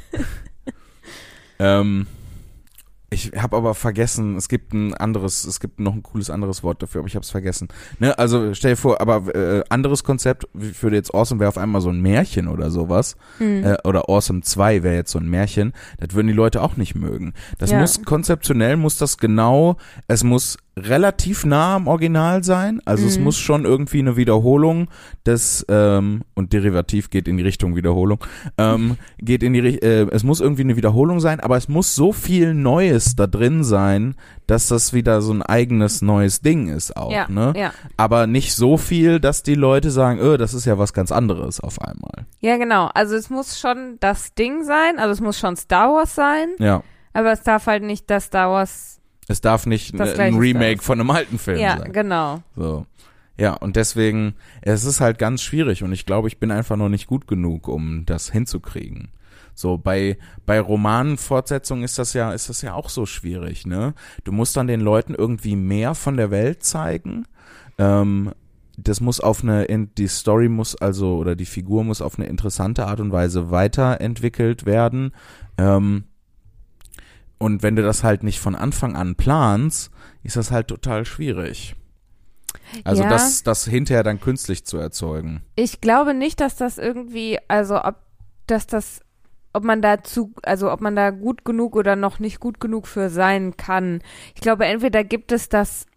ähm, ich habe aber vergessen, es gibt ein anderes, es gibt noch ein cooles anderes Wort dafür, aber ich habe es vergessen. Ne, also stell dir vor, aber äh, anderes Konzept für jetzt Awesome wäre auf einmal so ein Märchen oder sowas. Mhm. Äh, oder Awesome zwei wäre jetzt so ein Märchen. Das würden die Leute auch nicht mögen. Das Ja. muss konzeptionell, muss das genau, es muss relativ nah am Original sein. Also es Mhm. muss schon irgendwie eine Wiederholung des, ähm, und Derivativ geht in die Richtung Wiederholung, ähm, geht in die Ri- äh, es muss irgendwie eine Wiederholung sein, aber es muss so viel Neues da drin sein, dass das wieder so ein eigenes neues Ding ist auch, Ja, ne? ja. Aber nicht so viel, dass die Leute sagen, öh, das ist ja was ganz anderes auf einmal. Ja, genau. Also es muss schon das Ding sein, also es muss schon Star Wars sein, Ja. aber es darf halt nicht das Star Wars. Es darf nicht Das ein gleiche Remake Star von einem alten Film Ja, sein. genau. So. Ja, und deswegen, es ist halt ganz schwierig und ich glaube, ich bin einfach noch nicht gut genug, um das hinzukriegen. So, bei, bei Romanfortsetzungen ist das ja, ist das ja auch so schwierig, ne? Du musst dann den Leuten irgendwie mehr von der Welt zeigen. Ähm, das muss auf eine, die Story muss also, oder die Figur muss auf eine interessante Art und Weise weiterentwickelt werden. Ähm, und wenn du das halt nicht von Anfang an planst, ist das halt total schwierig. Also Ja. das, das hinterher dann künstlich zu erzeugen. Ich glaube nicht, dass das irgendwie, also ob, dass das, ob man da zu, also ob man da gut genug oder noch nicht gut genug für sein kann. Ich glaube, entweder gibt es das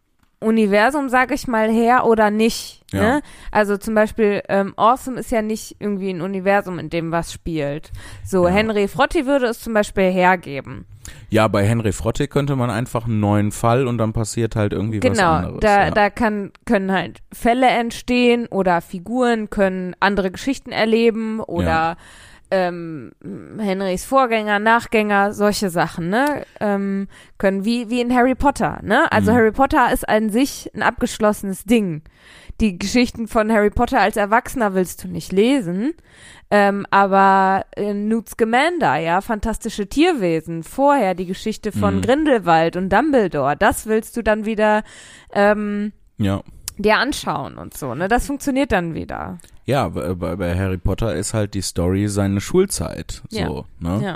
Universum, sag ich mal, her oder nicht. Ja. Ne? Also zum Beispiel ähm, Awesome ist ja nicht irgendwie ein Universum, in dem was spielt. So, Ja. Henry Frotti würde es zum Beispiel hergeben. Ja, bei Henry Frotte könnte man einfach einen neuen Fall und dann passiert halt irgendwie was Genau, anderes. da, ja. da kann, können halt Fälle entstehen oder Figuren können andere Geschichten erleben oder Ja. ähm, Henrys Vorgänger, Nachgänger, solche Sachen, ne? Ähm, können wie, wie in Harry Potter, ne? Also Mhm. Harry Potter ist an sich ein abgeschlossenes Ding. Die Geschichten von Harry Potter als Erwachsener willst du nicht lesen, ähm, aber äh, Newt Scamander, ja, fantastische Tierwesen, vorher die Geschichte von Mhm. Grindelwald und Dumbledore, das willst du dann wieder ähm, ja. dir anschauen und so, ne? Das funktioniert dann wieder. Ja, bei, bei Harry Potter ist halt die Story seine Schulzeit, so, Ja. ne? Ja.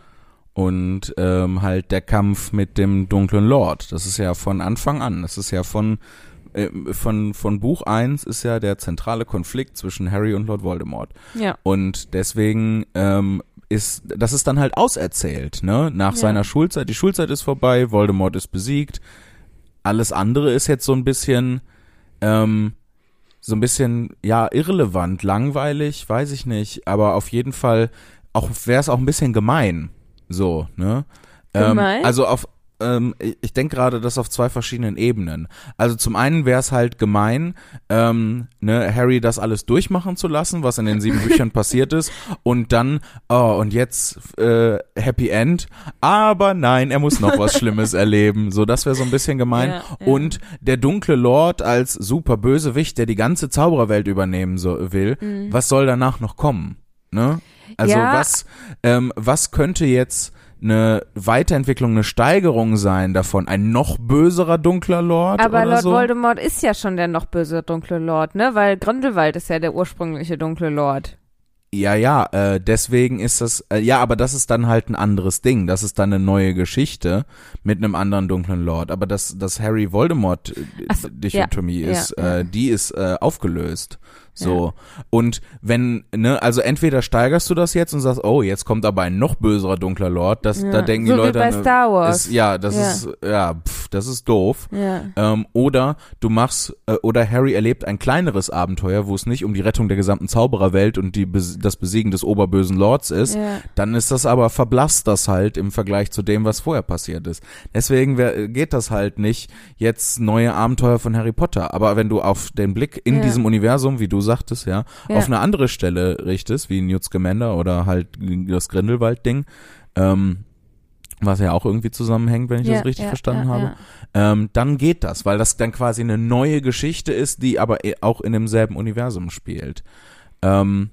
Und ähm, halt der Kampf mit dem dunklen Lord, das ist ja von Anfang an, das ist ja von äh, von von Buch eins ist ja der zentrale Konflikt zwischen Harry und Lord Voldemort. Ja. Und deswegen ähm, ist, das ist dann halt auserzählt, ne? Nach Ja. seiner Schulzeit, die Schulzeit ist vorbei, Voldemort ist besiegt, alles andere ist jetzt so ein bisschen ähm, so ein bisschen, ja, irrelevant, langweilig, weiß ich nicht, aber auf jeden Fall auch, wäre es auch ein bisschen gemein, so, ne? Gemein? Ähm, also auf, ähm, ich denke gerade das auf zwei verschiedenen Ebenen. Also zum einen wäre es halt gemein, ähm, ne, Harry das alles durchmachen zu lassen, was in den sieben Büchern passiert ist, und dann, oh, und jetzt äh, Happy End, aber nein, er muss noch was Schlimmes erleben. So, das wäre so ein bisschen gemein. Ja, ja. Und der dunkle Lord als super Bösewicht, der die ganze Zaubererwelt übernehmen so, will, Mhm. was soll danach noch kommen? Ne? Also Ja. was, ähm, was könnte jetzt eine Weiterentwicklung, eine Steigerung sein davon? Ein noch böserer dunkler Lord Aber oder Lord so? Voldemort ist ja schon der noch böse dunkle Lord, ne? Weil Grindelwald ist ja der ursprüngliche dunkle Lord. Ja, ja, äh, deswegen ist das, äh, ja, aber das ist dann halt ein anderes Ding. Das ist dann eine neue Geschichte mit einem anderen dunklen Lord. Aber das, das Harry Voldemort äh, Ach so, Dichotomie ja, ist, ja, äh, ja. die ist äh, aufgelöst. So. Und wenn, ne, also entweder steigerst du das jetzt und sagst, oh, jetzt kommt aber ein noch böserer dunkler Lord, das, Ja. da denken So die wie Leute, bei ne, Star Wars. Ist, ja, das Ja. ist, ja, pff, das ist doof. Ja. Ähm, oder du machst, äh, oder Harry erlebt ein kleineres Abenteuer, wo es nicht um die Rettung der gesamten Zaubererwelt und die, Bes- das Besiegen des oberbösen Lords ist, Ja. dann ist das aber, verblasst das halt im Vergleich zu dem, was vorher passiert ist. Deswegen wär, geht das halt nicht, jetzt neue Abenteuer von Harry Potter. Aber wenn du auf den Blick in Ja. diesem Universum, wie du sagtest, ja, Ja. auf eine andere Stelle richtest, wie Newt Scamander oder halt das Grindelwald-Ding, ähm, was ja auch irgendwie zusammenhängt, wenn ich Ja, das richtig ja, verstanden ja, habe, ja. ähm, dann geht das, weil das dann quasi eine neue Geschichte ist, die aber eh auch in demselben Universum spielt. Ähm,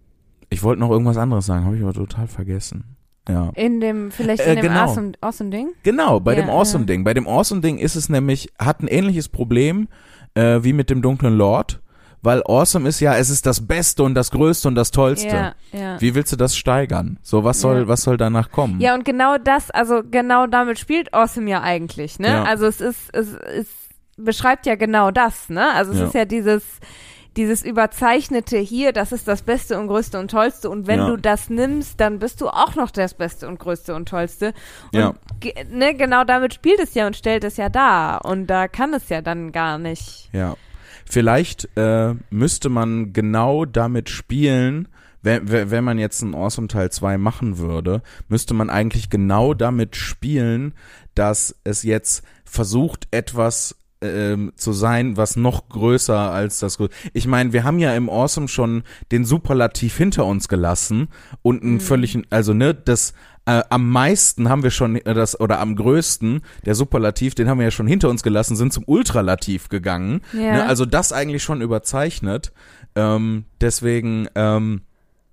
ich wollte noch irgendwas anderes sagen, habe ich aber total vergessen. Ja. In dem, vielleicht Äh, in dem genau. Awesome, awesome Ding? Genau, bei Ja, dem Awesome-Ding. Bei dem Awesome-Ding ist es nämlich, hat ein ähnliches Problem äh, wie mit dem dunklen Lord, weil Awesome ist ja, es ist das Beste und das Größte und das Tollste. Ja, ja. Wie willst du das steigern? So, was soll, Ja. was soll danach kommen? Ja, und genau das, also genau damit spielt Awesome ja eigentlich, ne? Ja. Also es ist, es, es beschreibt ja genau das, ne? Also es Ja. ist ja dieses, dieses überzeichnete hier, das ist das Beste und Größte und Tollste, und wenn Ja. du das nimmst, dann bist du auch noch das Beste und Größte und Tollste. Und Ja. ge- ne, genau damit spielt es ja und stellt es ja dar, und da kann es ja dann gar nicht. Ja. Vielleicht äh, müsste man genau damit spielen, wenn, wenn man jetzt einen Awesome Teil zwei machen würde, müsste man eigentlich genau damit spielen, dass es jetzt versucht, etwas ähm, zu sein, was noch größer als das. Grö- Ich meine, wir haben ja im Awesome schon den Superlativ hinter uns gelassen und einen völligen, also ne, das äh, am meisten haben wir schon äh, das, oder am größten, der Superlativ, den haben wir ja schon hinter uns gelassen, sind zum Ultralativ gegangen. Ja. Ne, also das eigentlich schon überzeichnet. Ähm, deswegen ähm,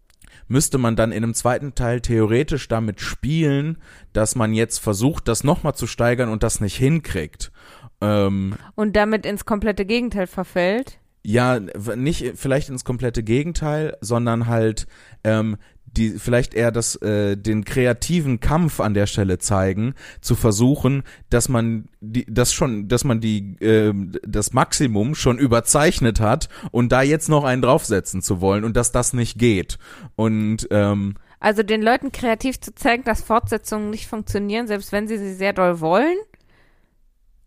müsste man dann in einem zweiten Teil theoretisch damit spielen, dass man jetzt versucht, das nochmal zu steigern und das nicht hinkriegt. Ähm, Und damit ins komplette Gegenteil verfällt. ja, w- nicht vielleicht ins komplette Gegenteil, sondern halt ähm, die vielleicht eher das äh, den kreativen Kampf an der Stelle zeigen, zu versuchen, dass man die das schon, dass man die äh, das Maximum schon überzeichnet hat und da jetzt noch einen draufsetzen zu wollen und dass das nicht geht. Und ähm, Also den Leuten kreativ zu zeigen, dass Fortsetzungen nicht funktionieren, selbst wenn sie sie sehr doll wollen.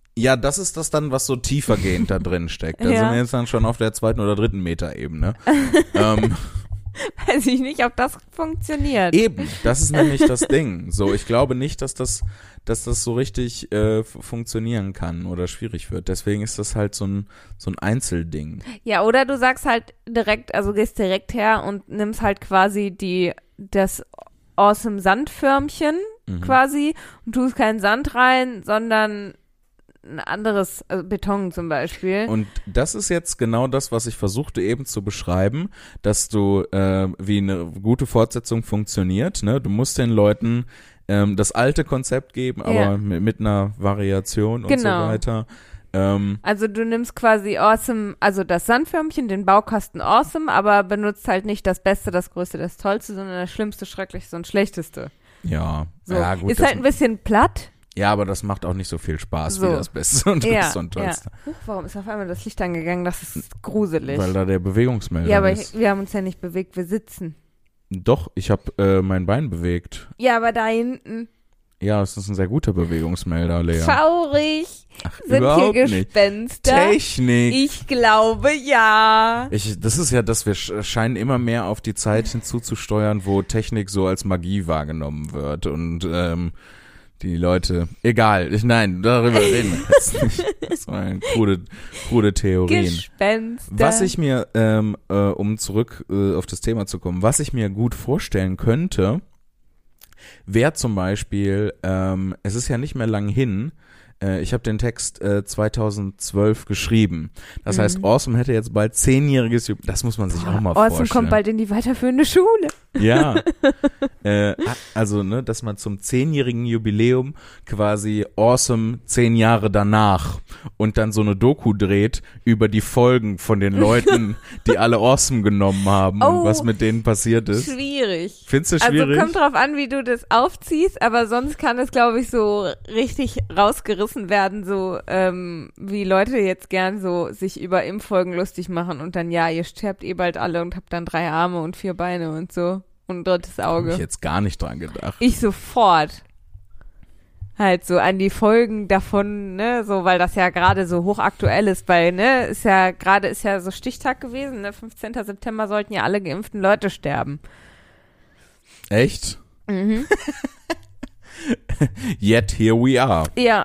Ja, das ist das dann, was so tiefergehend da drin steckt. Da Ja. sind wir jetzt dann schon auf der zweiten oder dritten Metaebene. ähm, Weiß ich nicht, ob das funktioniert. Eben, das ist nämlich das Ding. So, ich glaube nicht, dass das, dass das so richtig äh, f- funktionieren kann oder schwierig wird. Deswegen ist das halt so ein so ein Einzelding. Ja, oder du sagst halt direkt, also gehst direkt her und nimmst halt quasi die das awesome Sandförmchen Mhm. quasi und tust keinen Sand rein, sondern ein anderes, also Beton zum Beispiel. Und das ist jetzt genau das, was ich versuchte eben zu beschreiben, dass du, äh, wie eine gute Fortsetzung funktioniert, ne? Du musst den Leuten ähm, das alte Konzept geben, aber Ja. mit, mit einer Variation und Genau. so weiter. Ähm, Also du nimmst quasi awesome, also das Sandförmchen, den Baukasten awesome, aber benutzt halt nicht das Beste, das Größte, das Tollste, sondern das Schlimmste, Schrecklichste und Schlechteste. ja, So. ja gut. Ist das, halt ein bisschen platt. ja, aber das macht auch nicht so viel Spaß So. wie das Beste und Ja, Größte und ja. Tollste. Huch, warum ist auf einmal das Licht angegangen? Das ist gruselig. Weil da der Bewegungsmelder Ja, aber ist. ich, wir haben uns ja nicht bewegt, wir sitzen. Doch, ich habe äh, mein Bein bewegt. Ja, aber da hinten. Ja, es ist ein sehr guter Bewegungsmelder, Lea. Traurig. Ach, Sind überhaupt hier nicht. Gespenster? Technik. Ich glaube, ja. Ich, das ist ja, dass wir sch- scheinen immer mehr auf die Zeit hinzuzusteuern, wo Technik so als Magie wahrgenommen wird und ähm, die Leute, egal, ich, nein, darüber reden wir jetzt nicht. Das waren krude, krude Theorien. Gespenster. Was ich mir, ähm, äh, um zurück äh, auf das Thema zu kommen, was ich mir gut vorstellen könnte, wäre zum Beispiel, ähm, es ist ja nicht mehr lang hin, äh, ich habe den Text äh, zweitausendzwölf geschrieben. Das Mhm. heißt, Awesome hätte jetzt bald zehnjähriges Jubiläum. Das muss man sich auch mal Awesome vorstellen. kommt bald in die weiterführende Schule. Ja. äh, also, ne, dass man zum zehnjährigen Jubiläum quasi Awesome zehn Jahre danach und dann so eine Doku dreht über die Folgen von den Leuten, die alle Awesome genommen haben Oh. und was mit denen passiert ist. Schwierig. Findest du schwierig? Also kommt drauf an, wie du das aufziehst, aber sonst kann es, glaube ich, so richtig rausgerissen werden, so ähm, wie Leute jetzt gern so sich über Impffolgen lustig machen und dann, ja, ihr sterbt eh bald alle und habt dann drei Arme und vier Beine und so und ein drittes Hab ich Auge. jetzt gar nicht dran gedacht. Ich sofort. Halt so an die Folgen davon, ne, so, weil das ja gerade so hochaktuell ist, weil, ne, ist ja, gerade ist ja so Stichtag gewesen, ne, fünfzehnten September sollten ja alle geimpften Leute sterben. Echt? Mhm. Yet here we are. Ja.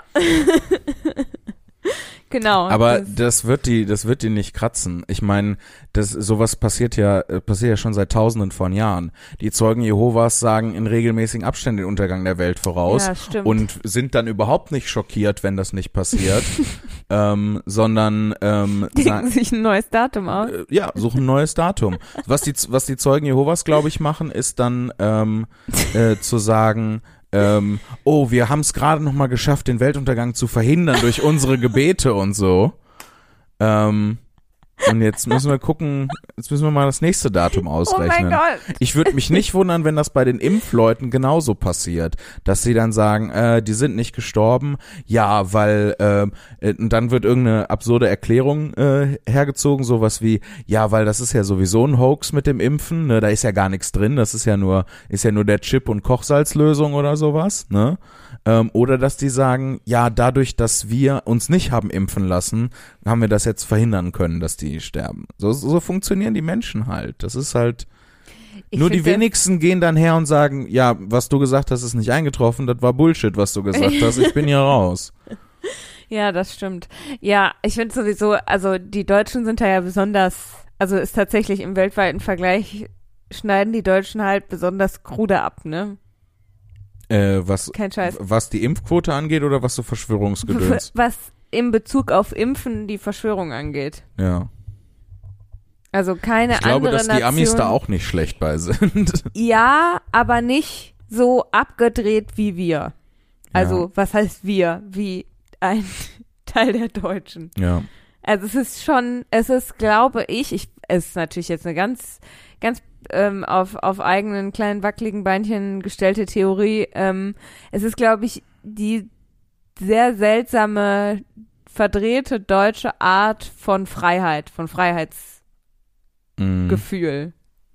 Genau. Aber das, das wird die, das wird die nicht kratzen. Ich meine, das sowas passiert ja, äh, passiert ja schon seit Tausenden von Jahren. Die Zeugen Jehovas sagen in regelmäßigen Abständen den Untergang der Welt voraus ja, stimmt. und sind dann überhaupt nicht schockiert, wenn das nicht passiert, ähm, sondern ähm, denken sagen, sich ein neues Datum aus. äh, ja, suchen ein neues Datum. Was die, was die Zeugen Jehovas, glaube ich, machen, ist dann ähm, äh, zu sagen, ähm, oh, wir haben es gerade noch mal geschafft, den Weltuntergang zu verhindern durch unsere Gebete und so. Ähm, und jetzt müssen wir gucken, jetzt müssen wir mal das nächste Datum Oh ausrechnen. mein Gott. Ich würde mich nicht wundern, wenn das bei den Impfleuten genauso passiert, dass sie dann sagen, äh, die sind nicht gestorben, ja, weil äh, äh, und dann wird irgendeine absurde Erklärung äh, hergezogen, sowas wie, ja, weil das ist ja sowieso ein Hoax mit dem Impfen, ne, da ist ja gar nichts drin, das ist ja nur ist ja nur der Chip und Kochsalzlösung oder sowas, ne? Ähm, oder dass die sagen, ja, dadurch, dass wir uns nicht haben impfen lassen, haben wir das jetzt verhindern können, dass die sterben. So, so funktionieren die Menschen halt. Das ist halt, Ich nur die find das- wenigsten gehen dann her und sagen, ja, was du gesagt hast, ist nicht eingetroffen, das war Bullshit, was du gesagt hast, ich bin hier raus. Ja, das stimmt. Ja, ich finde sowieso, also die Deutschen sind da ja besonders, also ist tatsächlich im weltweiten Vergleich, schneiden die Deutschen halt besonders krude ab, ne? Äh, was, Kein Scheiß. was die Impfquote angeht oder was so Verschwörungsgedöns? Was in Bezug auf Impfen die Verschwörung angeht. Ja. Also keine Ich glaube, andere dass die Nation. Amis da auch nicht schlecht bei sind. Ja, aber nicht so abgedreht wie wir. Also, Ja. was heißt wir? Wie ein Teil der Deutschen. Ja. Also es ist schon, es ist, glaube ich, ich, es ist natürlich jetzt eine ganz, ganz ähm, auf, auf eigenen kleinen wackeligen Beinchen gestellte Theorie. Ähm, es ist, glaube ich, die sehr seltsame, verdrehte deutsche Art von Freiheit, von Freiheitsgefühl. Mhm.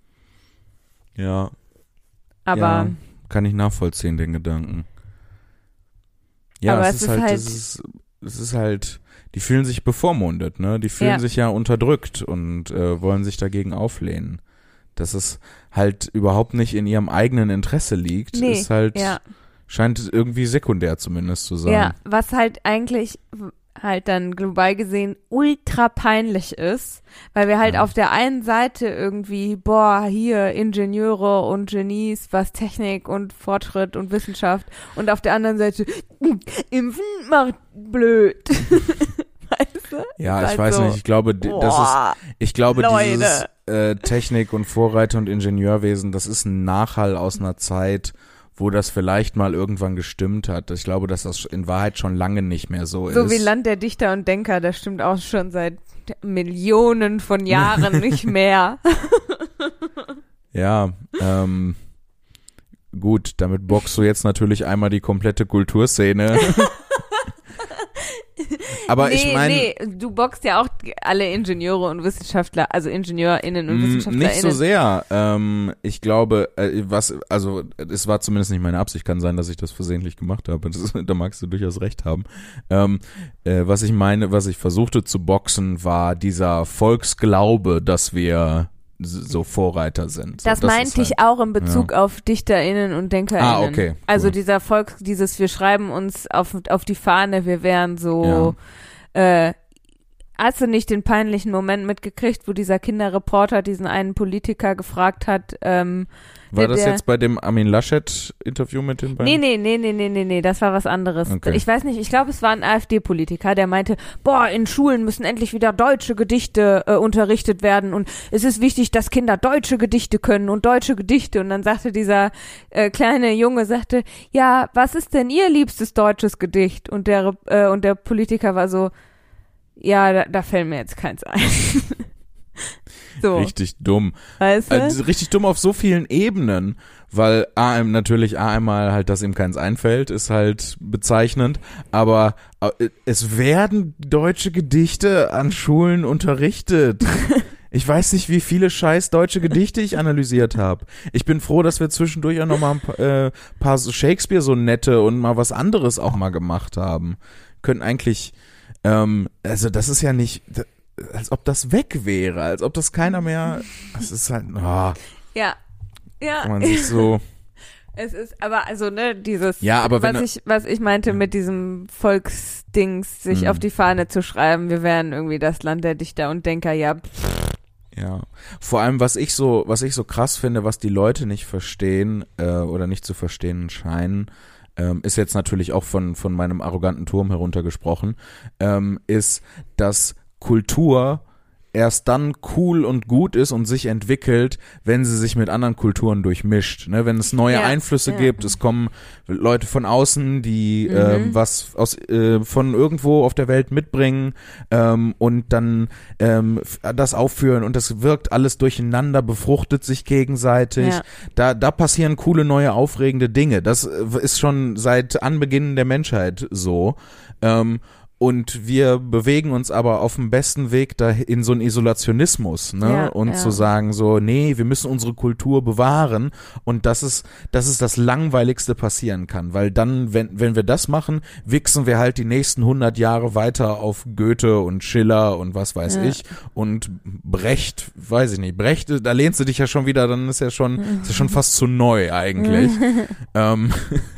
Ja. Aber Ja, kann ich nachvollziehen, den Gedanken. Ja, Aber es, es ist ist halt, halt- es ist, es ist halt, die fühlen sich bevormundet, ne? Die fühlen Ja. sich ja unterdrückt und äh, wollen sich dagegen auflehnen. Dass es halt überhaupt nicht in ihrem eigenen Interesse liegt, Nee, ist halt, ja. scheint irgendwie sekundär zumindest zu sein. Ja, was halt eigentlich halt dann global gesehen ultra peinlich ist, weil wir halt Ja. auf der einen Seite irgendwie, boah, hier Ingenieure und Genies, was Technik und Fortschritt und Wissenschaft und auf der anderen Seite, Impfen macht blöd. Weißt du? Ja, Ist ich halt weiß so, nicht, ich glaube, d- das boah, ist, ich glaube, Leute. dieses äh, Technik- und Vorreiter- und Ingenieurwesen, das ist ein Nachhall aus einer Zeit, wo das vielleicht mal irgendwann gestimmt hat. Ich glaube, dass das in Wahrheit schon lange nicht mehr so, So ist. wie Land der Dichter und Denker, das stimmt auch schon seit Millionen von Jahren nicht mehr. Ja, ähm, gut, damit boxst du jetzt natürlich einmal die komplette Kulturszene. Aber nee, ich meine, nee, du boxst ja auch alle Ingenieure und Wissenschaftler, also IngenieurInnen und WissenschaftlerInnen. nicht so sehr. Ähm, ich glaube, äh, was, also es war zumindest nicht meine Absicht, kann sein, dass ich das versehentlich gemacht habe. Das ist, da magst du durchaus recht haben. Ähm, äh, was ich meine, was ich versuchte zu boxen, war dieser Volksglaube, dass wir so Vorreiter sind. Das, so, meinte ist halt, ich auch in Bezug ja. auf DichterInnen und DenkerInnen. Ah, okay, Also cool. dieser Volks, dieses, wir schreiben uns auf, auf die Fahne, wir wären so, äh, hast du nicht den peinlichen Moment mitgekriegt, wo dieser Kinderreporter diesen einen Politiker gefragt hat, ähm, War der, das der, jetzt bei dem Armin Laschet-Interview mit den beiden? Nee, nee, nee, nee, nee, nee, nee, das war was anderes. Okay. Ich weiß nicht, ich glaube, es war ein AfD-Politiker, der meinte, boah, in Schulen müssen endlich wieder deutsche Gedichte äh, unterrichtet werden und es ist wichtig, dass Kinder deutsche Gedichte können und deutsche Gedichte. Und dann sagte dieser äh, kleine Junge, sagte, ja, was ist denn Ihr liebstes deutsches Gedicht? Und der, äh, und der Politiker war so, ja, da, da fällt mir jetzt keins ein. So, Richtig dumm. weißt du? Also richtig dumm auf so vielen Ebenen, weil A, natürlich A einmal halt, dass ihm keins einfällt, ist halt bezeichnend, aber äh, es werden deutsche Gedichte an Schulen unterrichtet. Ich weiß nicht, wie viele scheiß deutsche Gedichte ich analysiert habe. Ich bin froh, dass wir zwischendurch auch noch mal ein paar, äh, paar so Shakespeare-Sonette und mal was anderes auch mal gemacht haben. Können eigentlich, ähm, also das ist ja nicht, als ob das weg wäre, als ob das keiner mehr, das ist halt, oh, ja, ja. kann man sich so, Es ist aber also ne dieses Ja, aber wenn was du- ich was ich meinte mit diesem Volksdings sich Mhm. auf die Fahne zu schreiben, wir wären irgendwie das Land der Dichter und Denker, ja. Pff, ja. Vor allem, was ich so, was ich so krass finde, was die Leute nicht verstehen, äh, oder nicht zu verstehen scheinen, ähm, ist jetzt natürlich auch von, von meinem arroganten Turm heruntergesprochen, ähm, ist, dass Kultur erst dann cool und gut ist und sich entwickelt, wenn sie sich mit anderen Kulturen durchmischt. Ne? Wenn es neue Ja, Einflüsse ja. gibt, es kommen Leute von außen, die Mhm. ähm, was aus äh, von irgendwo auf der Welt mitbringen ähm, und dann ähm, f- das aufführen und das wirkt alles durcheinander, befruchtet sich gegenseitig. Ja. Da, da passieren coole, neue, aufregende Dinge. Das äh, ist schon seit Anbeginn der Menschheit so. Ähm, Und wir bewegen uns aber auf dem besten Weg da in so einen Isolationismus, ne? Ja, und ja. zu sagen so, nee, wir müssen unsere Kultur bewahren und das ist, das ist das Langweiligste passieren kann, weil dann, wenn, wenn wir das machen, wichsen wir halt die nächsten hundert Jahre weiter auf Goethe und Schiller und was weiß Ja. ich und Brecht, weiß ich nicht, Brecht, da lehnst du dich ja schon wieder, dann ist ja schon, ist ja schon fast zu neu eigentlich. ähm,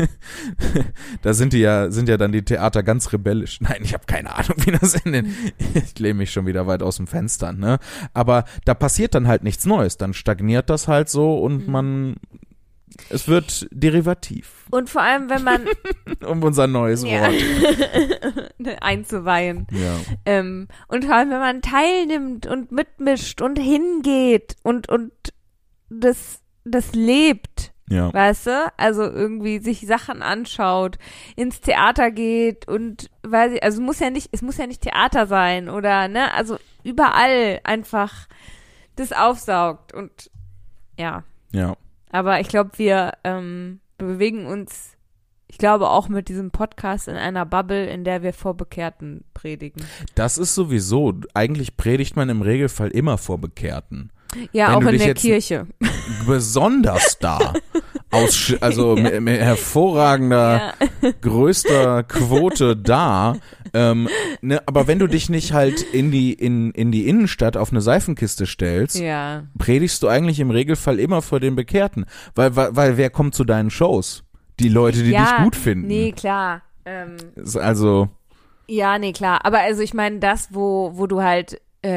da sind die ja, sind ja dann die Theater ganz rebellisch. Nein, ich habe keine Ahnung, wie das in den, ich lehne mich schon wieder weit aus dem Fenster, ne? Aber da passiert dann halt nichts Neues, dann stagniert das halt so und man, es wird derivativ, Und vor allem, wenn man um unser neues ja. Wort. einzuweihen. Ja. Ähm, und vor allem, wenn man teilnimmt und mitmischt und hingeht und und das das lebt. Ja. Weißt du? Also irgendwie sich Sachen anschaut, ins Theater geht und weiß ich, also es muss ja nicht, es muss ja nicht Theater sein oder ne, also überall einfach das aufsaugt und ja. Ja. Aber ich glaube, wir ähm, bewegen uns, ich glaube auch mit diesem Podcast in einer Bubble, in der wir vor Bekehrten predigen. Das ist sowieso, eigentlich predigt man im Regelfall immer vor Bekehrten. Ja, Wenn auch du in dich der jetzt- Kirche. Besonders da. Aussch- also mit, mit hervorragender, Ja. größter Quote da. Ähm, ne, aber wenn du dich nicht halt in die, in, in die Innenstadt auf eine Seifenkiste stellst, Ja. predigst du eigentlich im Regelfall immer vor den Bekehrten. Weil, weil, weil wer kommt zu deinen Shows? Die Leute, die ja, dich gut finden. Nee, klar. Ähm, Ist Also, ja, nee, klar. Aber also ich meine, das, wo, wo du halt,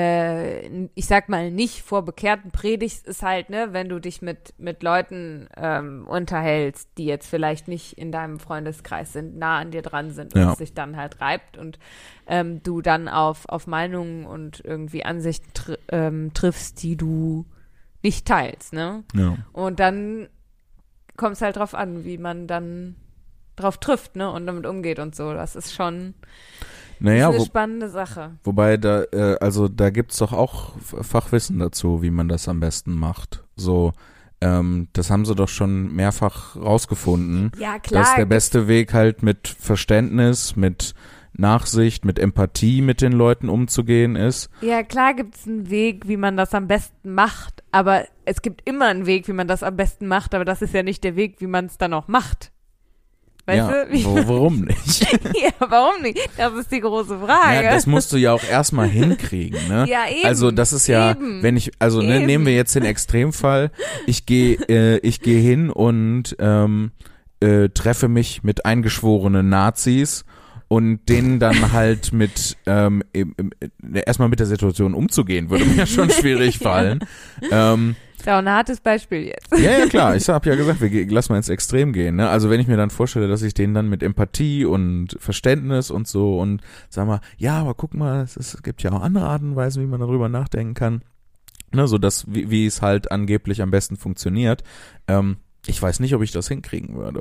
äh, ich sag mal, nicht vor Bekehrten predigst, ist halt, ne, wenn du dich mit, mit Leuten ähm, unterhältst, die jetzt vielleicht nicht in deinem Freundeskreis sind, nah an dir dran sind und Ja. es sich dann halt reibt und ähm, du dann auf, auf Meinungen und irgendwie Ansichten tr- ähm, triffst, die du nicht teilst, ne? ja. Und dann kommt es halt drauf an, wie man dann drauf trifft, ne, und damit umgeht und so. Das ist schon Naja, eine wo, spannende Sache. wobei da, äh, also da gibt's doch auch F- Fachwissen dazu, wie man das am besten macht. So, ähm, das haben sie doch schon mehrfach rausgefunden, Ja, klar. dass der beste Weg halt mit Verständnis, mit Nachsicht, mit Empathie mit den Leuten umzugehen ist. Ja, klar gibt es einen Weg, wie man das am besten macht, aber es gibt immer einen Weg, wie man das am besten macht, aber das ist ja nicht der Weg, wie man es dann auch macht. Weißt ja, du? Wie wo, warum nicht? ja, warum nicht? Das ist die große Frage. Ja, das musst du ja auch erstmal hinkriegen, ne? Ja, eben. Also das ist ja, Eben. wenn ich, also ne, Eben. nehmen wir jetzt den Extremfall, ich gehe äh, ich gehe hin und ähm, äh, treffe mich mit eingeschworenen Nazis und denen dann halt mit ähm, im, im, erstmal mit der Situation umzugehen, würde mir schon schwierig fallen. ähm, Ist ja auch ein hartes Beispiel jetzt. ja, ja, klar. Ich habe ja gesagt, wir ge- lass mal ins Extrem gehen. Ne? Also wenn ich mir dann vorstelle, dass ich denen dann mit Empathie und Verständnis und so und sag mal, ja, aber guck mal, es, ist, es gibt ja auch andere Arten und Weisen, wie man darüber nachdenken kann. Ne, so dass, wie, wie es halt angeblich am besten funktioniert. Ähm, ich weiß nicht, ob ich das hinkriegen würde.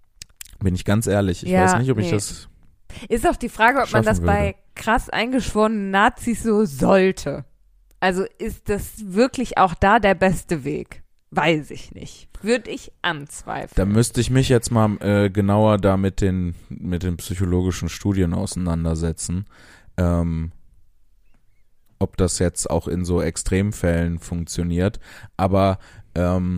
Bin ich ganz ehrlich. Ich Ja, weiß nicht, ob ich nee. das. Ist auch die Frage, ob man Schaffen das würde. bei krass eingeschworenen Nazis so sollte. Also ist das wirklich auch da der beste Weg? Weiß ich nicht. Würde ich anzweifeln. Da müsste ich mich jetzt mal äh, genauer da mit den, mit den psychologischen Studien auseinandersetzen. Ähm, ob das jetzt auch in so Extremfällen funktioniert. Aber ähm,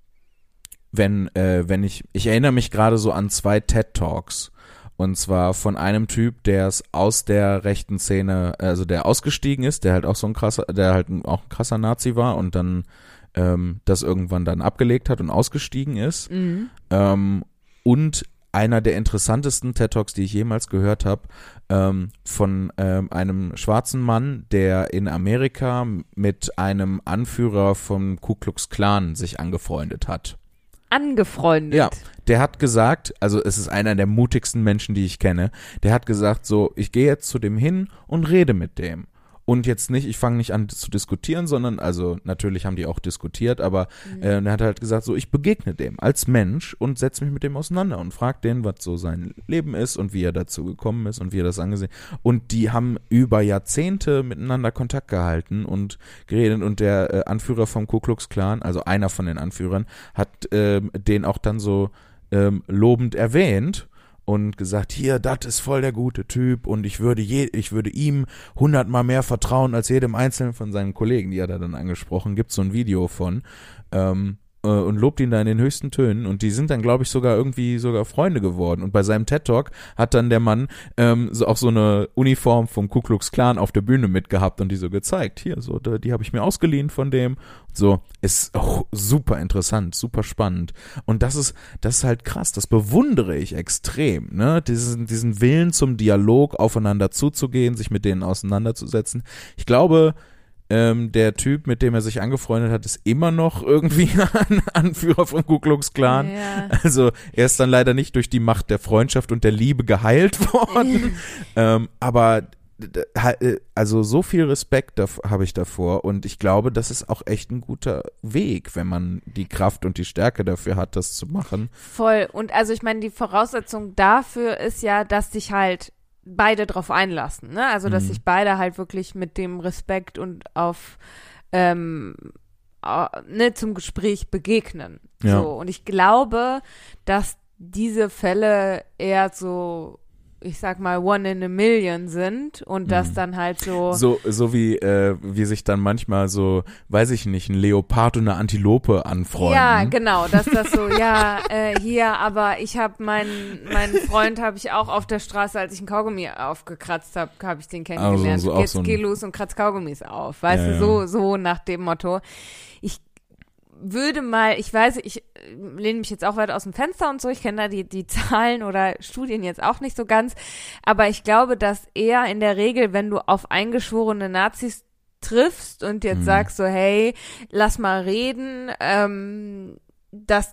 wenn, äh, wenn ich, ich erinnere mich gerade so an zwei TED-Talks. Und zwar von einem Typ, der es aus der rechten Szene, also der ausgestiegen ist, der halt auch so ein krasser, der halt ein, auch ein krasser Nazi war und dann ähm, das irgendwann dann abgelegt hat und ausgestiegen ist. Mhm. Ähm, und einer der interessantesten TED-Talks, die ich jemals gehört habe, ähm, von ähm, einem schwarzen Mann, der in Amerika mit einem Anführer vom Ku Klux Klan sich angefreundet hat. Angefreundet. Ja, der hat gesagt, also es ist einer der mutigsten Menschen, die ich kenne, der hat gesagt so, ich gehe jetzt zu dem hin und rede mit dem. Und jetzt nicht, ich fange nicht an zu diskutieren, sondern, also natürlich haben die auch diskutiert, aber Mhm. äh, er hat halt gesagt, so ich begegne dem als Mensch und setze mich mit dem auseinander und frage den, was so sein Leben ist und wie er dazu gekommen ist und wie er das angesehen. Und die haben über Jahrzehnte miteinander Kontakt gehalten und geredet und der äh, Anführer vom Ku Klux Klan, also einer von den Anführern, hat ähm, den auch dann so ähm, lobend erwähnt. Und gesagt, hier, das ist voll der gute Typ und ich würde je, ich würde ihm hundertmal mehr vertrauen als jedem einzelnen von seinen Kollegen, die hat er dann angesprochen, gibt so ein Video von ähm, äh, und lobt ihn da in den höchsten Tönen und die sind dann, glaube ich, sogar irgendwie sogar Freunde geworden und bei seinem TED-Talk hat dann der Mann ähm, so auch so eine Uniform vom Ku Klux Klan auf der Bühne mitgehabt und die so gezeigt, hier, so, da, die habe ich mir ausgeliehen von dem, so, ist oh, super interessant, super spannend und das ist, das ist halt krass, das bewundere ich extrem, ne, diesen, diesen Willen zum Dialog, aufeinander zuzugehen, sich mit denen auseinanderzusetzen. Ich glaube, ähm, der Typ, mit dem er sich angefreundet hat, ist immer noch irgendwie ein Anführer vom Ku Klux Klan. Ja. Also er ist dann leider nicht durch die Macht der Freundschaft und der Liebe geheilt worden, ähm, aber d- d- also so viel Respekt dav- habe ich davor und ich glaube, das ist auch echt ein guter Weg, wenn man die Kraft und die Stärke dafür hat, das zu machen. Voll. Und also ich meine, die Voraussetzung dafür ist ja, dass sich halt beide drauf einlassen, ne? Also dass Mhm. sich beide halt wirklich mit dem Respekt und auf ähm, äh, ne, zum Gespräch begegnen. Ja. So. Und ich glaube, dass diese Fälle eher so ich sag mal, one in a million sind und das Mhm. dann halt so, So, so wie, äh, wie sich dann manchmal so, weiß ich nicht, ein Leopard und eine Antilope anfreunden. ja, genau, dass das so, ja, äh, hier, aber ich habe meinen, meinen Freund habe ich auch auf der Straße, als ich einen Kaugummi aufgekratzt habe, habe ich den kennengelernt. Also so auch Jetzt so ein- geh los und kratz Kaugummis auf, weißt Ja, du, ja. so, so nach dem Motto. Ich würde mal, ich weiß, ich äh, lehne mich jetzt auch weit aus dem Fenster und so, ich kenne da die, die Zahlen oder Studien jetzt auch nicht so ganz, aber ich glaube, dass eher in der Regel, wenn du auf eingeschworene Nazis triffst und jetzt Mhm. sagst so, hey, lass mal reden, ähm, dass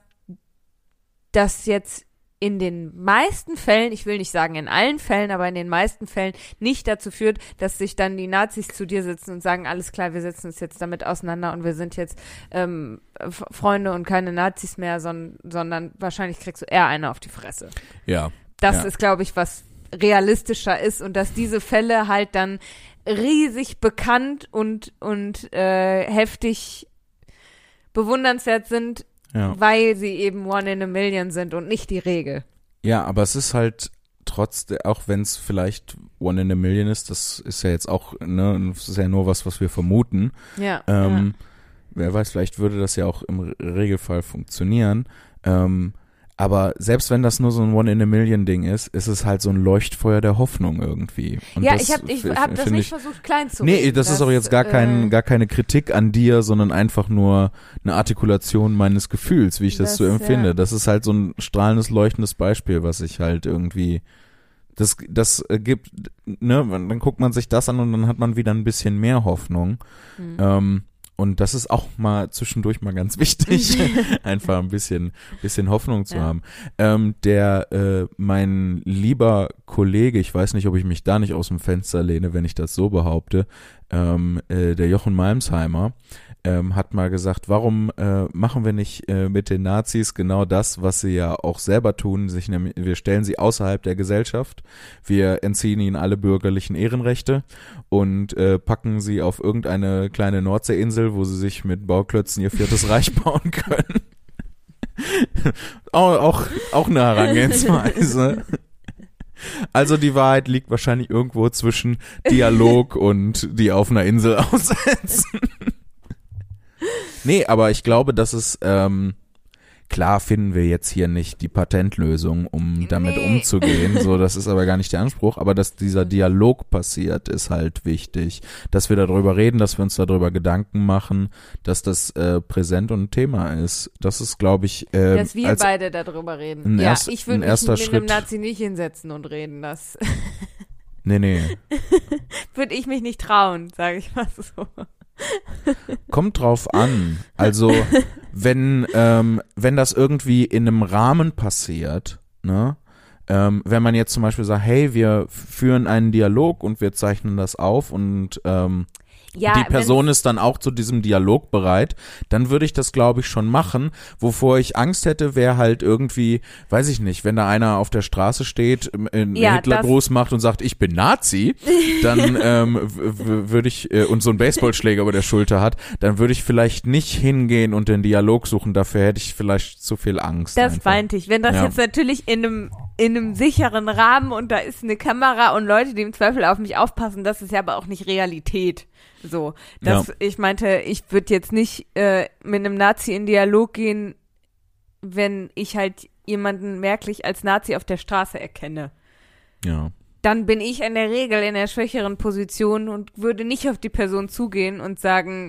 das jetzt in den meisten Fällen, ich will nicht sagen in allen Fällen, aber in den meisten Fällen nicht dazu führt, dass sich dann die Nazis zu dir sitzen und sagen, alles klar, wir setzen uns jetzt damit auseinander und wir sind jetzt ähm, F- Freunde und keine Nazis mehr, son- sondern wahrscheinlich kriegst du eher eine auf die Fresse. Ja. Das Ja. ist, glaube ich, was realistischer ist und dass diese Fälle halt dann riesig bekannt und, und äh, heftig bewundernswert sind, Ja. weil sie eben one in a million sind und nicht die Regel. Ja, aber es ist halt trotzdem, auch wenn es vielleicht one in a million ist, das ist ja jetzt auch, ne, das ist ja nur was, was wir vermuten. Ja. Ähm, Wer weiß, vielleicht würde das ja auch im Regelfall funktionieren. Ähm, aber selbst wenn das nur so ein One-in-a-Million-Ding ist, ist es halt so ein Leuchtfeuer der Hoffnung irgendwie. Und ja, das ich habe ich f- hab das find nicht ich, versucht klein zu Nee, reden. das ist auch jetzt gar, kein, äh, gar keine Kritik an dir, sondern einfach nur eine Artikulation meines Gefühls, wie ich das, Das, so empfinde. ja. Das ist halt so ein strahlendes, leuchtendes Beispiel, was ich halt irgendwie, das, das äh, gibt, ne, dann guckt man sich das an und dann hat man wieder ein bisschen mehr Hoffnung. hm. Ähm, und das ist auch mal zwischendurch mal ganz wichtig, einfach ein bisschen, bisschen Hoffnung zu Ja. haben. Ähm, der, äh, mein lieber Kollege, ich weiß nicht, ob ich mich da nicht aus dem Fenster lehne, wenn ich das so behaupte, ähm, äh, der Jochen Malmsheimer, ähm, hat mal gesagt, warum äh, machen wir nicht äh, mit den Nazis genau das, was sie ja auch selber tun, sich nämlich, wir stellen sie außerhalb der Gesellschaft, wir entziehen ihnen alle bürgerlichen Ehrenrechte und äh, packen sie auf irgendeine kleine Nordseeinsel, wo sie sich mit Bauklötzen ihr viertes Reich bauen können. auch, auch, auch eine Herangehensweise. Also die Wahrheit liegt wahrscheinlich irgendwo zwischen Dialog und die auf einer Insel aussetzen. Nee, aber ich glaube, dass es, ähm, klar finden wir jetzt hier nicht die Patentlösung, um damit Nee. umzugehen, so, das ist aber gar nicht der Anspruch, aber dass dieser Dialog passiert, ist halt wichtig, dass wir darüber reden, dass wir uns darüber Gedanken machen, dass das äh, präsent und ein Thema ist. Das ist, glaube ich, äh, Dass wir als, beide darüber reden. ein Ja, erst- ich ein würde mich erster mit einem Schritt. Nazi nicht hinsetzen und reden. Das nee, nee, würde ich mich nicht trauen, sage ich mal so. kommt drauf an. Also, wenn, ähm, wenn das irgendwie in einem Rahmen passiert, ne, ähm, wenn man jetzt zum Beispiel sagt, hey, wir führen einen Dialog und wir zeichnen das auf und ähm, Ja, die Person ist dann auch zu diesem Dialog bereit, dann würde ich das, glaube ich, schon machen. Wovor ich Angst hätte, wäre halt irgendwie, weiß ich nicht, wenn da einer auf der Straße steht, äh, Ja, Hitler das- groß macht und sagt, ich bin Nazi, dann ähm, w- w- würde ich, äh, und so einen Baseballschläger über der Schulter hat, dann würde ich vielleicht nicht hingehen und den Dialog suchen. Dafür hätte ich vielleicht zu viel Angst. Das einfach. meinte ich. Wenn das Ja. jetzt natürlich in einem in einem sicheren Rahmen und da ist eine Kamera und Leute, die im Zweifel auf mich aufpassen, das ist ja aber auch nicht Realität. So, das, Ja. ich meinte, ich würde jetzt nicht äh, mit einem Nazi in Dialog gehen, wenn ich halt jemanden merklich als Nazi auf der Straße erkenne. Ja. Dann bin ich in der Regel in der schwächeren Position und würde nicht auf die Person zugehen und sagen,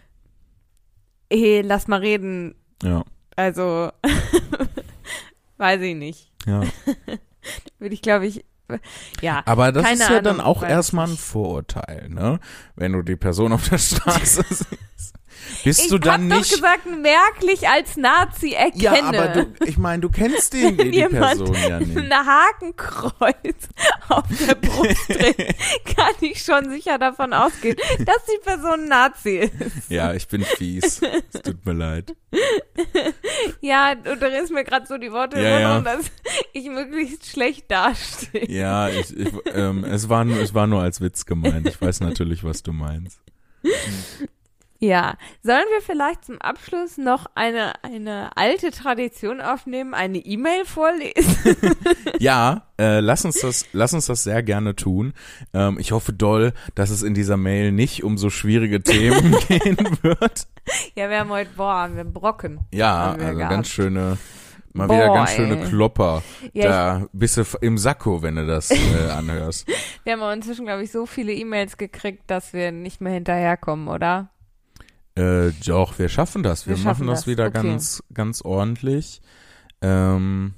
hey, lass mal reden. Ja. Also, weiß ich nicht. Ja. Würde ich, glaube ich, ja. Aber das Keine ist ja dann Ahnung, auch weiß erstmal ein nicht. Vorurteil, ne? Wenn du die Person auf der Straße siehst. Bist Ich du dann hab nicht. doch gesagt, merklich als Nazi erkenne. Ja, aber du, ich meine, du kennst den, die, Wenn die jemand Person ja nicht. ein Hakenkreuz auf der Brust trägt, kann ich schon sicher davon ausgehen, dass die Person Nazi ist. Ja, ich bin fies. Es tut mir leid. Ja, und da ist mir gerade so die Worte Ja, im ja. Mund, dass ich möglichst schlecht dastehe. Ja, ich, ich, ähm, es, war, nur- es war nur als Witz gemeint. Ich weiß natürlich, was du meinst. Ja, sollen wir vielleicht zum Abschluss noch eine, eine alte Tradition aufnehmen, eine E-Mail vorlesen? Ja, äh, lass uns das, lass uns das sehr gerne tun. Ähm, ich hoffe doll, dass es in dieser Mail nicht um so schwierige Themen gehen wird. Ja, wir haben heute, boah, haben wir einen Brocken. Ja, haben wir also gehabt. ganz schöne, mal Boah, wieder ganz ey. schöne Klopper. Ja, Da bist du im Sakko, wenn du das äh, anhörst. Wir haben aber inzwischen, glaube ich, so viele E-Mails gekriegt, dass wir nicht mehr hinterherkommen, oder? Äh, doch, wir schaffen das. Wir, Wir machen schaffen das das, wieder okay. ganz, ganz ordentlich. Ähm,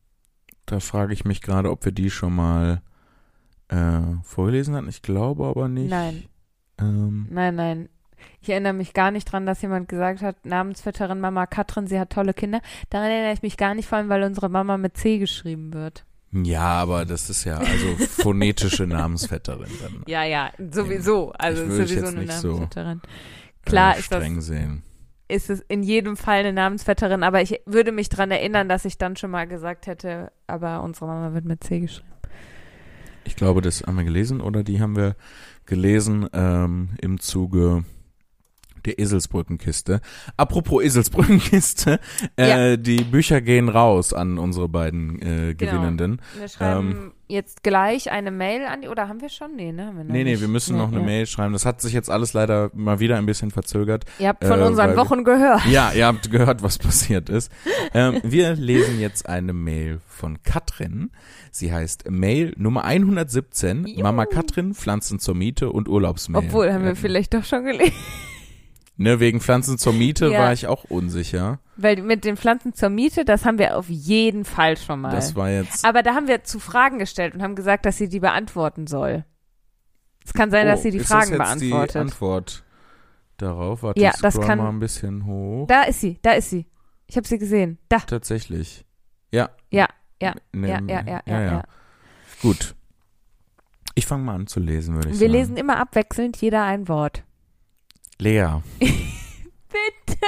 da frage ich mich gerade, ob wir die schon mal äh, vorgelesen hatten. Ich glaube aber nicht. Nein, Ähm, nein, nein. Ich erinnere mich gar nicht dran, dass jemand gesagt hat, Namensvetterin Mama Katrin, sie hat tolle Kinder. Daran erinnere ich mich gar nicht, vor allem, weil unsere Mama mit C geschrieben wird. ja, aber das ist ja also phonetische Namensvetterin dann. Ja, ja, sowieso. Also Ich ist würde sowieso jetzt eine nicht so, Namensvetterin. Klar äh, ist das, streng sehen. ist es in jedem Fall eine Namensvetterin, aber ich würde mich dran erinnern, dass ich dann schon mal gesagt hätte, aber unsere Mama wird mit C geschrieben. Ich glaube, das haben wir gelesen oder die haben wir gelesen ähm, im Zuge der Eselsbrückenkiste. Apropos Eselsbrückenkiste, äh, Ja. die Bücher gehen raus an unsere beiden äh, Genau. Gewinnenden. Wir schreiben Ähm, jetzt gleich eine Mail an die, oder haben wir schon? Nee, ne? Haben wir noch Nee, nee, nicht. wir müssen Nee, noch eine ja. Mail schreiben. Das hat sich jetzt alles leider mal wieder ein bisschen verzögert. Ihr habt von äh, unseren weil- Wochen gehört. Ja, ihr habt gehört, was passiert ist. Ähm, wir lesen jetzt eine Mail von Katrin. Sie heißt Mail Nummer hundertsiebzehn. Juhu. Mama Katrin, Pflanzen zur Miete und Urlaubsmail. Obwohl, haben wir Ja. vielleicht doch schon gelesen. Ne, wegen Pflanzen zur Miete Ja. war ich auch unsicher. Weil mit den Pflanzen zur Miete, das haben wir auf jeden Fall schon mal. Das war jetzt. Aber da haben wir zu Fragen gestellt und haben gesagt, dass sie die beantworten soll. Es kann sein, dass Oh, sie die ist Fragen das jetzt beantwortet. Die Antwort darauf. Warte, Ja, ich das scroll kann- mal ein bisschen hoch. Da ist sie, da ist sie. Ich habe sie gesehen. Da. Tatsächlich. Ja. Ja, ja, Ne, ja, ja, ja, ja, ja. Gut. Ich fange mal an zu lesen, würde ich Wir sagen. lesen immer abwechselnd jeder ein Wort. Lea. Bitte.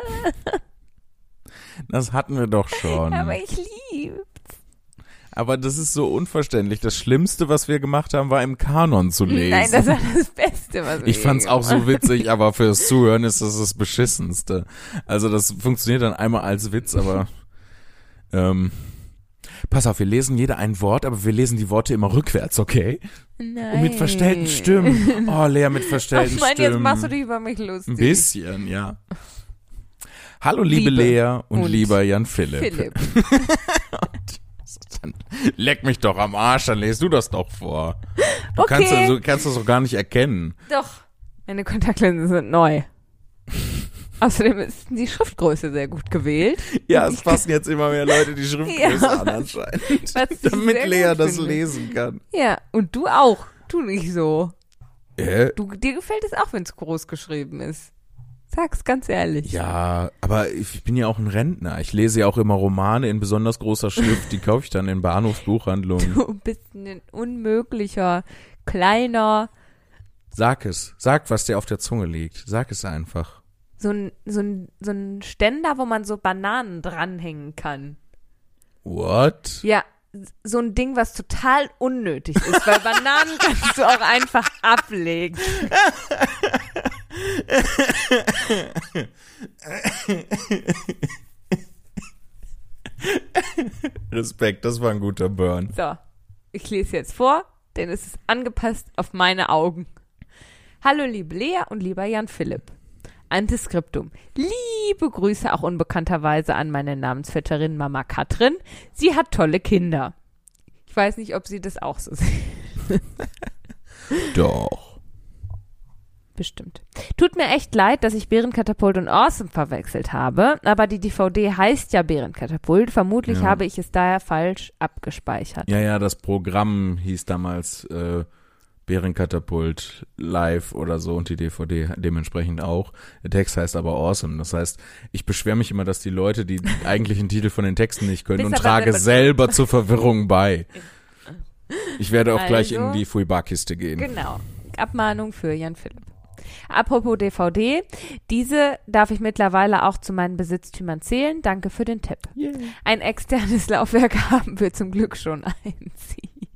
Das hatten wir doch schon. Aber ich liebe. Aber das ist so unverständlich. Das Schlimmste, was wir gemacht haben, war im Kanon zu lesen. Nein, das war das Beste, was wir ich fand's auch so gemacht witzig, aber fürs Zuhören ist das das Beschissenste. Also das funktioniert dann einmal als Witz, aber ähm, pass auf, wir lesen jeder ein Wort, aber wir lesen die Worte immer rückwärts, okay? Nein. Und mit verstellten Stimmen. Oh, Lea, mit verstellten Ach, Mann, Stimmen. jetzt machst du dich über mich lustig. Ein bisschen, ja. Hallo, liebe, Liebe Lea und, und lieber Jan Philipp. Philipp. Dann leck mich doch am Arsch, dann lest du das doch vor. Du Okay. kannst, das, du kannst das doch gar nicht erkennen. Doch. Meine Kontaktlinsen sind neu. Außerdem ist die Schriftgröße sehr gut gewählt. Ja, es passen jetzt immer mehr Leute die Schriftgröße Ja, an anscheinend. was ich Damit sehr Lea gut das finde. lesen kann. Ja, und du auch. Tu nicht so. Äh? Du, dir gefällt es auch, wenn es groß geschrieben ist. Sag's ganz ehrlich. Ja, aber ich bin ja auch ein Rentner. Ich lese ja auch immer Romane in besonders großer Schrift. Die kaufe ich dann in Bahnhofsbuchhandlungen. Du bist ein unmöglicher, kleiner, Sag es. Sag, was dir auf der Zunge liegt. Sag es einfach. so ein, so ein, so ein Ständer, wo man so Bananen dranhängen kann. What? Ja, so ein Ding, was total unnötig ist, weil Bananen kannst du auch einfach ablegen. Respekt, das war ein guter Burn. So, ich lese jetzt vor, denn es ist angepasst auf meine Augen. Hallo liebe Lea und lieber Jan Philipp. Antiskriptum. Liebe Grüße auch unbekannterweise an meine Namensvetterin Mama Katrin. Sie hat tolle Kinder. Ich weiß nicht, ob sie das auch so sieht. Doch. Bestimmt. Tut mir echt leid, dass ich Bärenkatapult und Awesome verwechselt habe, aber die D V D heißt ja Bärenkatapult. Vermutlich Ja. habe ich es daher falsch abgespeichert. Ja, ja, das Programm hieß damals äh, Bärenkatapult live oder so und die D V D dementsprechend auch. Der Text heißt aber Awesome. Das heißt, ich beschwere mich immer, dass die Leute die eigentlichen Titel von den Texten nicht können Bist und aber trage selber- selber zur Verwirrung bei. Ich werde auch gleich Also- in die Fouillbar-Kiste gehen. Genau. Abmahnung für Jan Philipp. Apropos D V D, diese darf ich mittlerweile auch zu meinen Besitztümern zählen. Danke für den Tipp. Yeah. Ein externes Laufwerk haben wir zum Glück schon eins.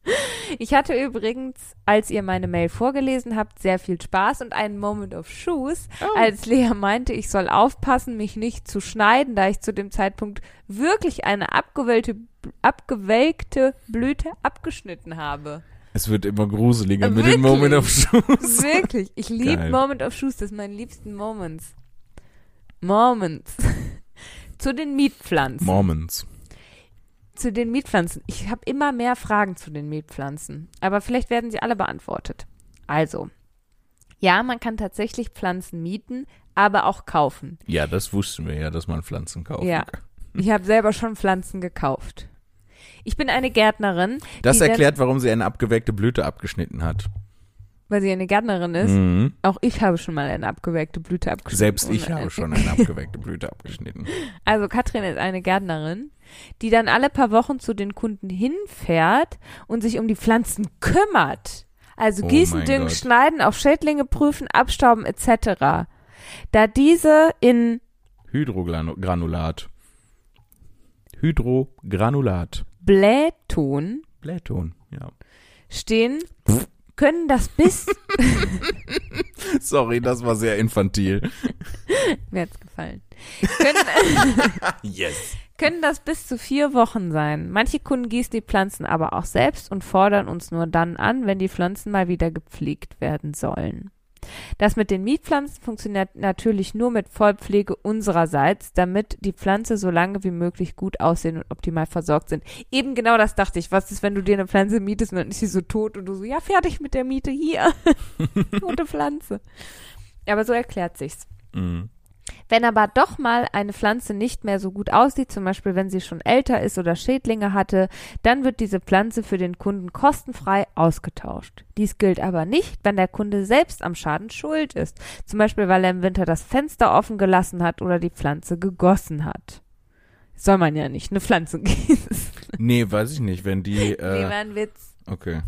Ich hatte übrigens, als ihr meine Mail vorgelesen habt, sehr viel Spaß und einen Moment of Shoes, Oh. als Lea meinte, ich soll aufpassen, mich nicht zu schneiden, da ich zu dem Zeitpunkt wirklich eine abgewelkte, abgewelkte Blüte abgeschnitten habe. Es wird immer gruseliger mit Wirklich? dem Moment of Shoes. Wirklich, ich liebe Geil. Moment of Shoes, das sind meine liebsten Moments. Moments. Zu den Mietpflanzen. Moments. Zu den Mietpflanzen. Ich habe immer mehr Fragen zu den Mietpflanzen, aber vielleicht werden sie alle beantwortet. Also, ja, man kann tatsächlich Pflanzen mieten, aber auch kaufen. Ja, das wussten wir ja, dass man Pflanzen kaufen Ja. kann. Ich habe selber schon Pflanzen gekauft. Ich bin eine Gärtnerin. Das die erklärt, warum sie eine abgeweckte Blüte abgeschnitten hat. Dann, weil sie eine Gärtnerin ist. Mhm. Auch ich habe schon mal eine abgeweckte Blüte abgeschnitten. Selbst ich Und- habe schon eine abgeweckte Blüte abgeschnitten. Also Katrin ist eine Gärtnerin, die dann alle paar Wochen zu den Kunden hinfährt und sich um die Pflanzen kümmert. Also Oh gießen, mein düngen, Gott. schneiden, auf Schädlinge prüfen, abstauben et cetera. Da diese in Hydrogranulat. Hydrogranulat. Blähton Blähton, ja. stehen, können das bis, Sorry, das war sehr infantil. mir hat's gefallen, können, Yes. können das bis zu vier Wochen sein. Manche Kunden gießen die Pflanzen aber auch selbst und fordern uns nur dann an, wenn die Pflanzen mal wieder gepflegt werden sollen. Das mit den Mietpflanzen funktioniert natürlich nur mit Vollpflege unsererseits, damit die Pflanze so lange wie möglich gut aussehen und optimal versorgt sind. Eben genau das dachte ich. Was ist, wenn du dir eine Pflanze mietest und dann ist sie so tot und du so, ja, fertig mit der Miete, hier. Tote Pflanze. Aber so erklärt sich's. Mhm. Wenn aber doch mal eine Pflanze nicht mehr so gut aussieht, zum Beispiel wenn sie schon älter ist oder Schädlinge hatte, dann wird diese Pflanze für den Kunden kostenfrei ausgetauscht. Dies gilt aber nicht, wenn der Kunde selbst am Schaden schuld ist, zum Beispiel weil er im Winter das Fenster offen gelassen hat oder die Pflanze gegossen hat. Soll man ja nicht eine Pflanze gießen. Nee, weiß ich nicht, wenn die... Nee, Äh, war ein Witz. okay.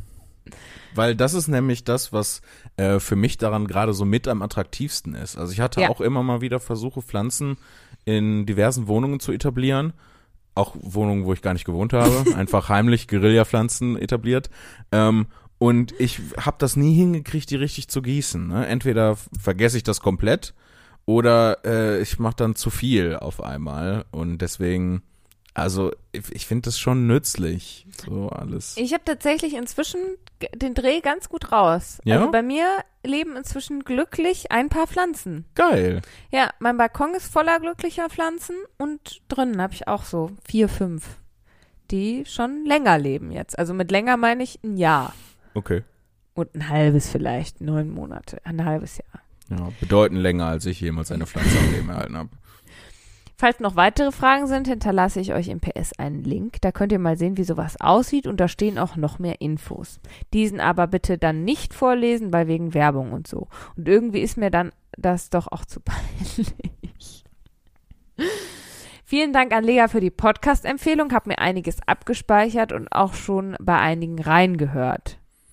Weil das ist nämlich das, was äh, für mich daran gerade so mit am attraktivsten ist. Also ich hatte Ja. auch immer mal wieder Versuche, Pflanzen in diversen Wohnungen zu etablieren. Auch Wohnungen, wo ich gar nicht gewohnt habe. Einfach heimlich Guerilla-Pflanzen etabliert. Ähm, und ich habe das nie hingekriegt, die richtig zu gießen. Ne? Entweder vergesse ich das komplett oder äh, ich mache dann zu viel auf einmal. Und deswegen... Also ich, ich finde das schon nützlich, so alles. Ich habe tatsächlich inzwischen g- den Dreh ganz gut raus. Ja? Also bei mir leben inzwischen glücklich ein paar Pflanzen. Geil. Ja, mein Balkon ist voller glücklicher Pflanzen und drinnen habe ich auch so vier, fünf, die schon länger leben jetzt. Also mit länger meine ich ein Jahr Okay. und ein halbes vielleicht, neun Monate, ein halbes Jahr. Ja, bedeutend länger, als ich jemals eine Pflanze am Leben erhalten habe. Falls noch weitere Fragen sind, hinterlasse ich euch im P S einen Link. Da könnt ihr mal sehen, wie sowas aussieht und da stehen auch noch mehr Infos. Diesen aber bitte dann nicht vorlesen, weil wegen Werbung und so. Und irgendwie ist mir dann das doch auch zu peinlich. Vielen Dank an Lea für die Podcast-Empfehlung. Hab mir einiges abgespeichert und auch schon bei einigen reingehört.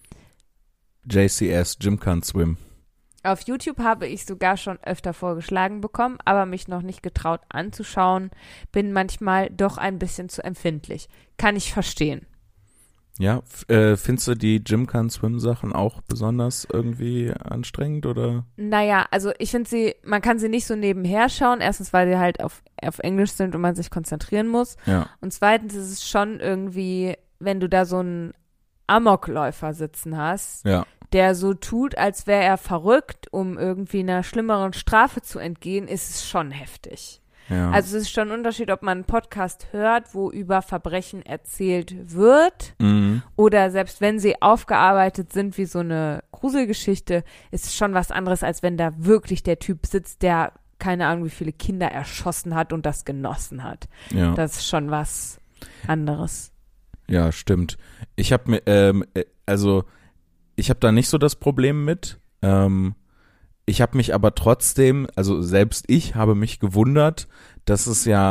J C S, Jim Can't Swim. Auf YouTube habe ich sogar schon öfter vorgeschlagen bekommen, aber mich noch nicht getraut anzuschauen. Bin manchmal doch ein bisschen zu empfindlich. Kann ich verstehen. Ja, f- äh, findest du die Jim Can't Swim Sachen auch besonders irgendwie anstrengend oder? Naja, also ich finde sie, man kann sie nicht so nebenher schauen. Erstens, weil sie halt auf, auf Englisch sind und man sich konzentrieren muss. Ja. Und zweitens ist es schon irgendwie, wenn du da so einen Amokläufer sitzen hast, Ja. der so tut, als wäre er verrückt, um irgendwie einer schlimmeren Strafe zu entgehen, ist es schon heftig. Ja. Also es ist schon ein Unterschied, ob man einen Podcast hört, wo über Verbrechen erzählt wird mhm. oder selbst wenn sie aufgearbeitet sind wie so eine Gruselgeschichte, ist es schon was anderes, als wenn da wirklich der Typ sitzt, der keine Ahnung, wie viele Kinder erschossen hat und das genossen hat. Ja. Das ist schon was anderes. Ja, stimmt. Ich habe mir, ähm, äh, also ich habe da nicht so das Problem mit. Ähm, ich habe mich aber trotzdem, also selbst ich habe mich gewundert, dass es ja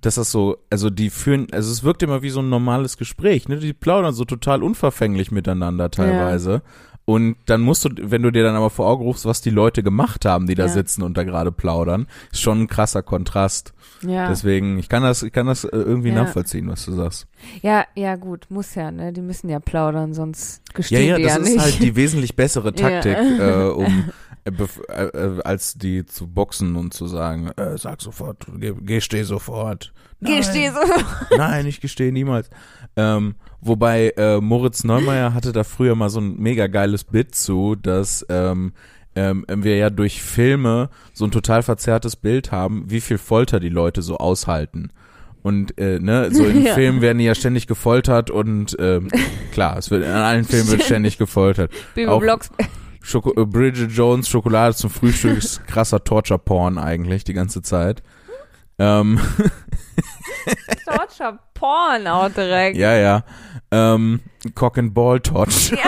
dass das so, also die führen, also es wirkt immer wie so ein normales Gespräch, ne? Die plaudern so total unverfänglich miteinander teilweise. Ja. Und dann musst du, wenn du dir dann aber vor Augen rufst, was die Leute gemacht haben, die da ja. sitzen und da gerade plaudern, ist schon ein krasser Kontrast. Ja. Deswegen, ich kann das, ich kann das irgendwie ja. nachvollziehen, was du sagst. Ja, ja gut, muss ja, ne? Die müssen ja plaudern, sonst gestehen ja, ja, die ja nicht. Ja, ja, das ist halt die wesentlich bessere Taktik, ja. äh, um äh, äh, als die zu boxen und zu sagen, äh, sag sofort, geh, geh steh sofort. Nein, gesteh sofort. Nein, ich gestehe niemals. Ähm, wobei äh, Moritz Neumeier hatte da früher mal so ein mega geiles Bit zu, dass ähm, ähm, wir ja durch Filme so ein total verzerrtes Bild haben, wie viel Folter die Leute so aushalten. Und äh, ne, so in ja. Filmen werden die ja ständig gefoltert und ähm, klar, es wird in allen Filmen wird ständig gefoltert. Auch Schoko- äh, Bridget Jones Schokolade zum Frühstück ist krasser Torture-Porn eigentlich die ganze Zeit. Ähm Torture Porn auch direkt. Ja, ja. Ähm, Cock and Ball Touch. Ja,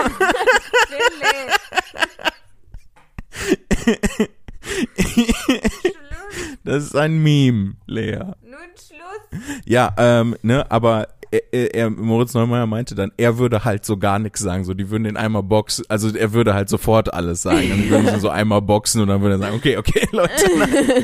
das ist ein Meme, Lea. Nun Schluss. Ja, ähm, ne, aber er, er, Moritz Neumeier meinte dann, er würde halt so gar nichts sagen, so, die würden den einmal boxen, also er würde halt sofort alles sagen, dann würden sie so einmal boxen und dann würde er sagen, okay, okay, Leute, nein.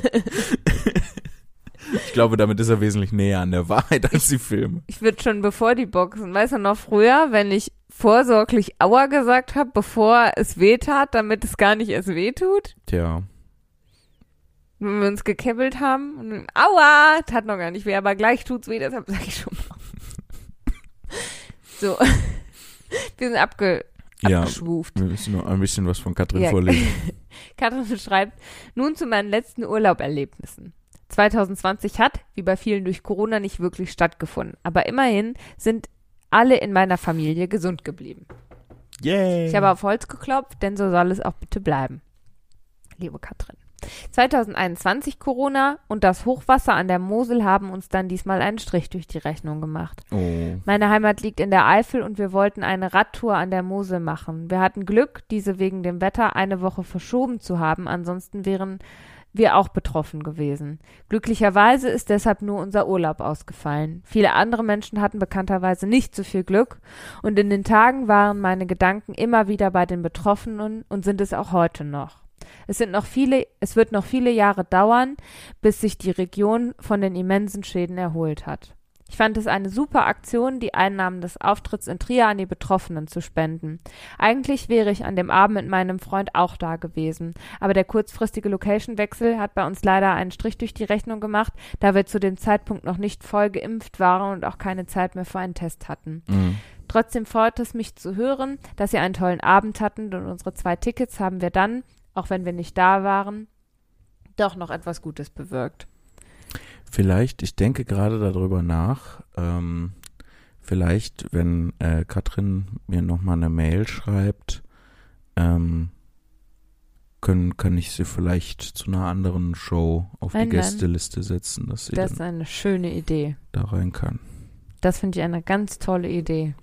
Ich glaube, damit ist er wesentlich näher an der Wahrheit als die Filme. Ich würde schon bevor die boxen, weißt du noch früher, wenn ich vorsorglich Aua gesagt habe, bevor es weh tat, damit es gar nicht erst weh tut? Tja. Wenn wir uns gekebbelt haben und dann, Aua, tat noch gar nicht weh, aber gleich tut's weh, deshalb sage ich schon mal. So. Wir sind abge ja, abgeschwuft. Wir müssen noch ein bisschen was von Katrin ja. vorlesen. Katrin schreibt, nun zu meinen letzten Urlauberlebnissen. zwanzig zwanzig hat, wie bei vielen durch Corona, nicht wirklich stattgefunden. Aber immerhin sind alle in meiner Familie gesund geblieben. Yay. Ich habe auf Holz geklopft, denn so soll es auch bitte bleiben. Liebe Katrin. zwanzig einundzwanzig Corona und das Hochwasser an der Mosel haben uns dann diesmal einen Strich durch die Rechnung gemacht. Oh. Meine Heimat liegt in der Eifel und wir wollten eine Radtour an der Mosel machen. Wir hatten Glück, diese wegen dem Wetter eine Woche verschoben zu haben, ansonsten wären wir auch betroffen gewesen. Glücklicherweise ist deshalb nur unser Urlaub ausgefallen. Viele andere Menschen hatten bekannterweise nicht so viel Glück und in den Tagen waren meine Gedanken immer wieder bei den Betroffenen und sind es auch heute noch. Es sind noch viele, es wird noch viele Jahre dauern, bis sich die Region von den immensen Schäden erholt hat. Ich fand es eine super Aktion, die Einnahmen des Auftritts in Trier an die Betroffenen zu spenden. Eigentlich wäre ich an dem Abend mit meinem Freund auch da gewesen, aber der kurzfristige Location-Wechsel hat bei uns leider einen Strich durch die Rechnung gemacht, da wir zu dem Zeitpunkt noch nicht voll geimpft waren und auch keine Zeit mehr für einen Test hatten. Mhm. Trotzdem freut es mich zu hören, dass Sie einen tollen Abend hatten und unsere zwei Tickets haben wir dann, auch wenn wir nicht da waren, doch noch etwas Gutes bewirkt. Vielleicht, ich denke gerade darüber nach, ähm, vielleicht, wenn äh, Katrin mir nochmal eine Mail schreibt, ähm, können, kann ich sie vielleicht zu einer anderen Show auf nein, die Gästeliste setzen, dass sie das dann ist eine schöne Idee. Da rein kann. Das finde ich eine ganz tolle Idee.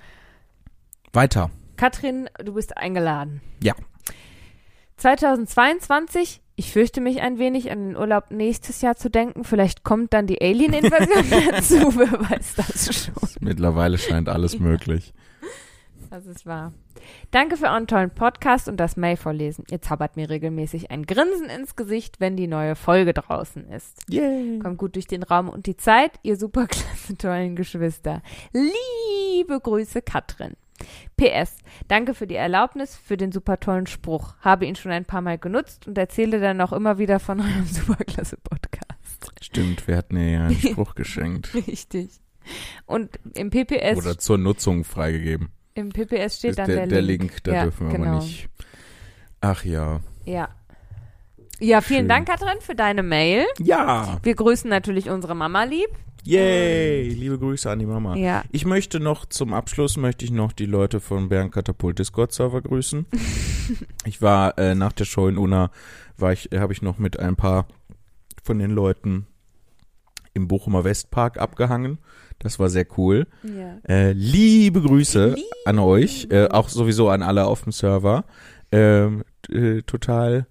Weiter. Katrin, du bist eingeladen. Ja. zwanzig zweiundzwanzig, ich fürchte mich ein wenig an den Urlaub nächstes Jahr zu denken. Vielleicht kommt dann die Alien-Invasion dazu, wer weiß das schon. Mittlerweile scheint alles möglich. Das ist wahr. Danke für euren tollen Podcast und das Mail vorlesen. Ihr zaubert mir regelmäßig ein Grinsen ins Gesicht, wenn die neue Folge draußen ist. Yay. Kommt gut durch den Raum und die Zeit, ihr superklasse tollen Geschwister. Liebe Grüße, Katrin. P S. Danke für die Erlaubnis, für den super tollen Spruch. Habe ihn schon ein paar Mal genutzt und erzähle dann auch immer wieder von eurem superklasse Podcast. Stimmt, wir hatten ihr ja einen Spruch geschenkt. Richtig. Und im P P S... Oder zur Nutzung freigegeben. Im P P S steht dann der, der Link. Der Link, da ja, dürfen wir genau. aber nicht. Ach ja. Ja. Ja, vielen Schön. Dank, Katrin, für deine Mail. Ja. Wir grüßen natürlich unsere Mama lieb. Yay, liebe Grüße an die Mama. Ja. Ich möchte noch, zum Abschluss möchte ich noch die Leute von Bären Katapult Discord-Server grüßen. Ich war äh, nach der Show in Unna, war ich, habe ich noch mit ein paar von den Leuten im Bochumer Westpark abgehangen. Das war sehr cool. Ja. Äh, liebe Grüße liebe. an euch, äh, auch sowieso an alle auf dem Server. Ähm, äh, total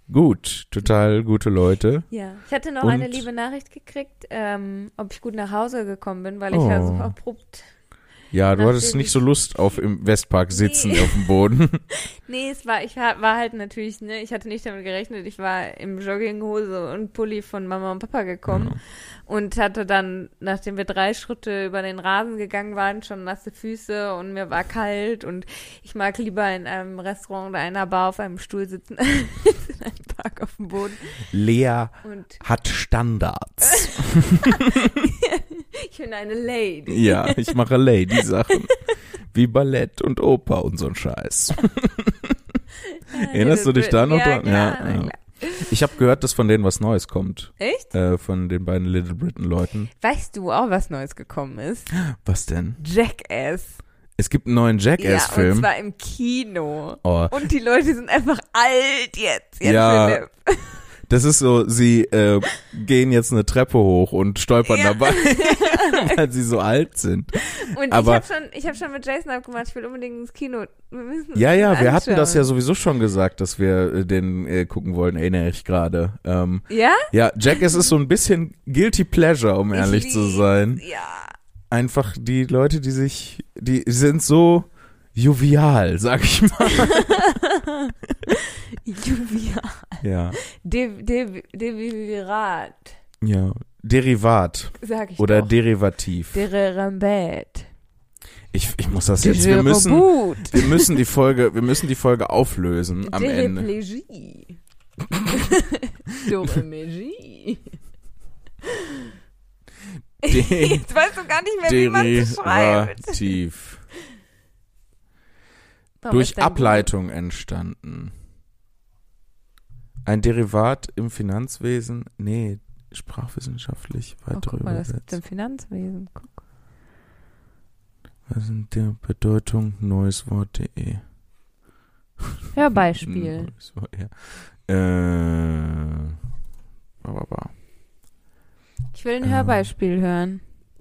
gut, total gute Leute. Ja. Ich hatte noch Und- eine liebe Nachricht gekriegt, ähm, ob ich gut nach Hause gekommen bin, weil ich Oh. ja so abrupt. Ja, du Nachdem hattest nicht ich- so Lust auf im Westpark sitzen Nee. auf dem Boden. Nee, es war, ich war, war halt natürlich, ne, ich hatte nicht damit gerechnet, ich war im Jogginghose und Pulli von Mama und Papa gekommen Ja. und hatte dann, nachdem wir drei Schritte über den Rasen gegangen waren, schon nasse Füße und mir war kalt und ich mag lieber in einem Restaurant oder einer Bar auf einem Stuhl sitzen, als in einem Park auf dem Boden. Lea Und hat Standards. ich bin eine Lady. Ja, ich mache Lady-Sachen. Wie Ballett und Oper und so ein Scheiß. Erinnerst du dich da noch ja, dran? Klar, Ja, na ja. klar. Ich habe gehört, dass von denen was Neues kommt. Echt? Äh, von den beiden Little Britain-Leuten. Weißt du auch, was Neues gekommen ist? Was denn? Jackass. Es gibt einen neuen Ja, und Jackass-Film. zwar im Kino. Oh, Und die Leute sind einfach alt jetzt. Jetzt Ja. Philipp. das ist so, sie äh, gehen jetzt eine Treppe hoch und stolpern Ja. dabei, weil sie so alt sind. Und Aber- ich habe schon, ich hab schon mit Jason abgemacht, ich will unbedingt ins Kino. Wir müssen uns Ja, ja, das wir hatten das ja anschauen. sowieso schon gesagt, dass wir äh, den äh, gucken wollen, erinnere ich gerade. Ähm, Ja? ja, Jackass ist so ein bisschen Guilty Pleasure, um ehrlich Ich zu lieb's. sein. Ja. Einfach die Leute, die sich, die sind so jovial, sag ich mal. Juvia. Ja, De, de, Devirat, ja. Derivat sag ich oder doch. Derivativ. Dererambet. Ich, ich muss das jetzt, wir müssen, Dererabut. wir müssen die Folge, wir müssen die Folge auflösen am Ende. Dereplegie. Doremegie. De- Jetzt weißt du gar nicht mehr, wie man es schreibt. Derivativ. Warum Durch ist dein Ableitung entstanden. Ein Derivat im Finanzwesen, nee, sprachwissenschaftlich Buch- Oh, weitere guck mal, das gibt übersetzt. im Finanzwesen. Guck. Was ist die Bedeutung neueswort.de? Ja, Beispiel. Neues Wort, ja. Äh, ba, ba, ba. Ich will ein Ähm. Hörbeispiel hören.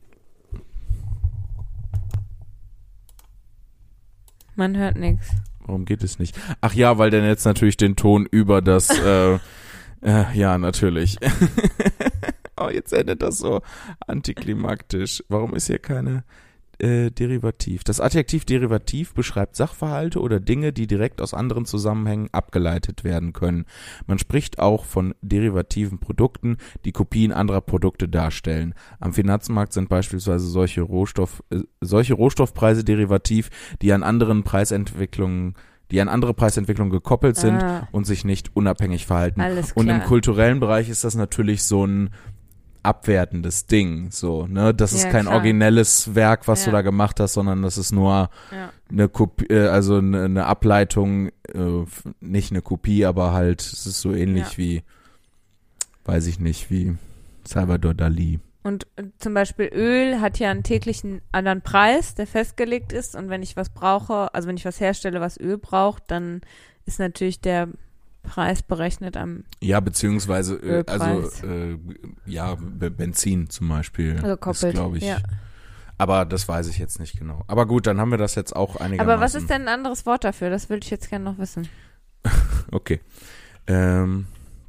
Man hört nichts. Warum geht es nicht? Ach ja, weil der jetzt natürlich den Ton über das, äh, äh, ja, natürlich. Oh, jetzt endet das so antiklimaktisch. Warum ist hier keine äh, Derivativ? Das Adjektiv Derivativ beschreibt Sachverhalte oder Dinge, die direkt aus anderen Zusammenhängen abgeleitet werden können. Man spricht auch von derivativen Produkten, die Kopien anderer Produkte darstellen. Am Finanzmarkt sind beispielsweise solche Rohstoff, äh, solche Rohstoffpreise derivativ, die an anderen Preisentwicklungen, die an andere Preisentwicklungen gekoppelt sind Ah, und sich nicht unabhängig verhalten. alles klar. Und im kulturellen Bereich ist das natürlich so ein abwertendes Ding, so, ne? Das ist Ja, kein klar. originelles Werk, was Ja. du da gemacht hast, sondern das ist nur ja. eine Kopie, äh, also eine, eine Ableitung, äh, f- nicht eine Kopie, aber halt, es ist so ähnlich Ja. wie, weiß ich nicht, wie Salvador Dali. Und äh, zum Beispiel Öl hat ja einen täglichen anderen Preis, der festgelegt ist. Und wenn ich was brauche, also wenn ich was herstelle, was Öl braucht, dann ist natürlich der Preis berechnet am Ja, beziehungsweise, äh, also, Ölpreis. äh, ja, B- Benzin zum Beispiel, Also koppelt, glaube ich. ja. Aber das weiß ich jetzt nicht genau. Aber gut, dann haben wir das jetzt auch einigermaßen. Aber was ist denn ein anderes Wort dafür? Das würde ich jetzt gerne noch wissen. Okay. Ähm,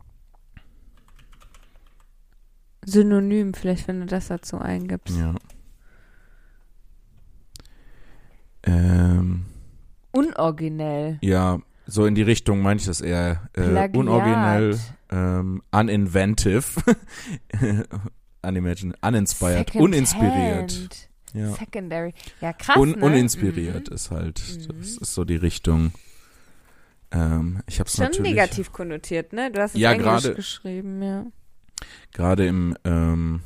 Synonym, vielleicht, wenn du das dazu eingibst. ja. Ähm, Unoriginell. ja, so in die Richtung meine ich das eher. Äh, Plagiat. unoriginell, ähm, uninventive, unimagine, uninspired, Second uninspiriert. Hand. Ja. Secondary. Ja, krass, Un, ne? uninspiriert Mhm. ist halt, Mhm. das ist so die Richtung. Ähm, ich habe es Schon natürlich negativ konnotiert, ne? Du hast es Ja, Englisch gerade- geschrieben, ja. gerade im ähm,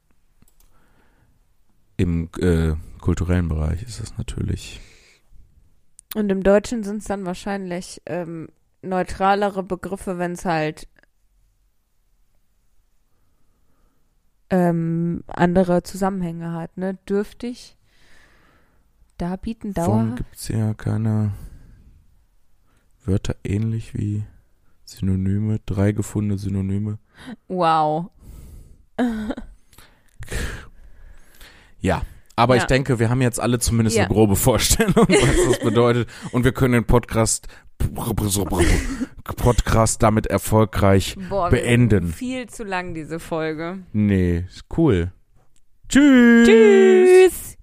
im äh, kulturellen Bereich ist es natürlich. Und im Deutschen sind es dann wahrscheinlich ähm, neutralere Begriffe, wenn es halt ähm, andere Zusammenhänge hat, ne? Dürftig, darbieten, Warum dauerhaft. gibt es ja keine Wörter ähnlich wie Synonyme, drei gefundene Synonyme? Wow. Ja, Aber Ja. ich denke, wir haben jetzt alle zumindest Ja. eine grobe Vorstellung, was das bedeutet. Und wir können den Podcast, Podcast damit erfolgreich Boah, beenden. Viel zu lang, diese Folge. Nee, ist cool. Tschüss. Tschüss.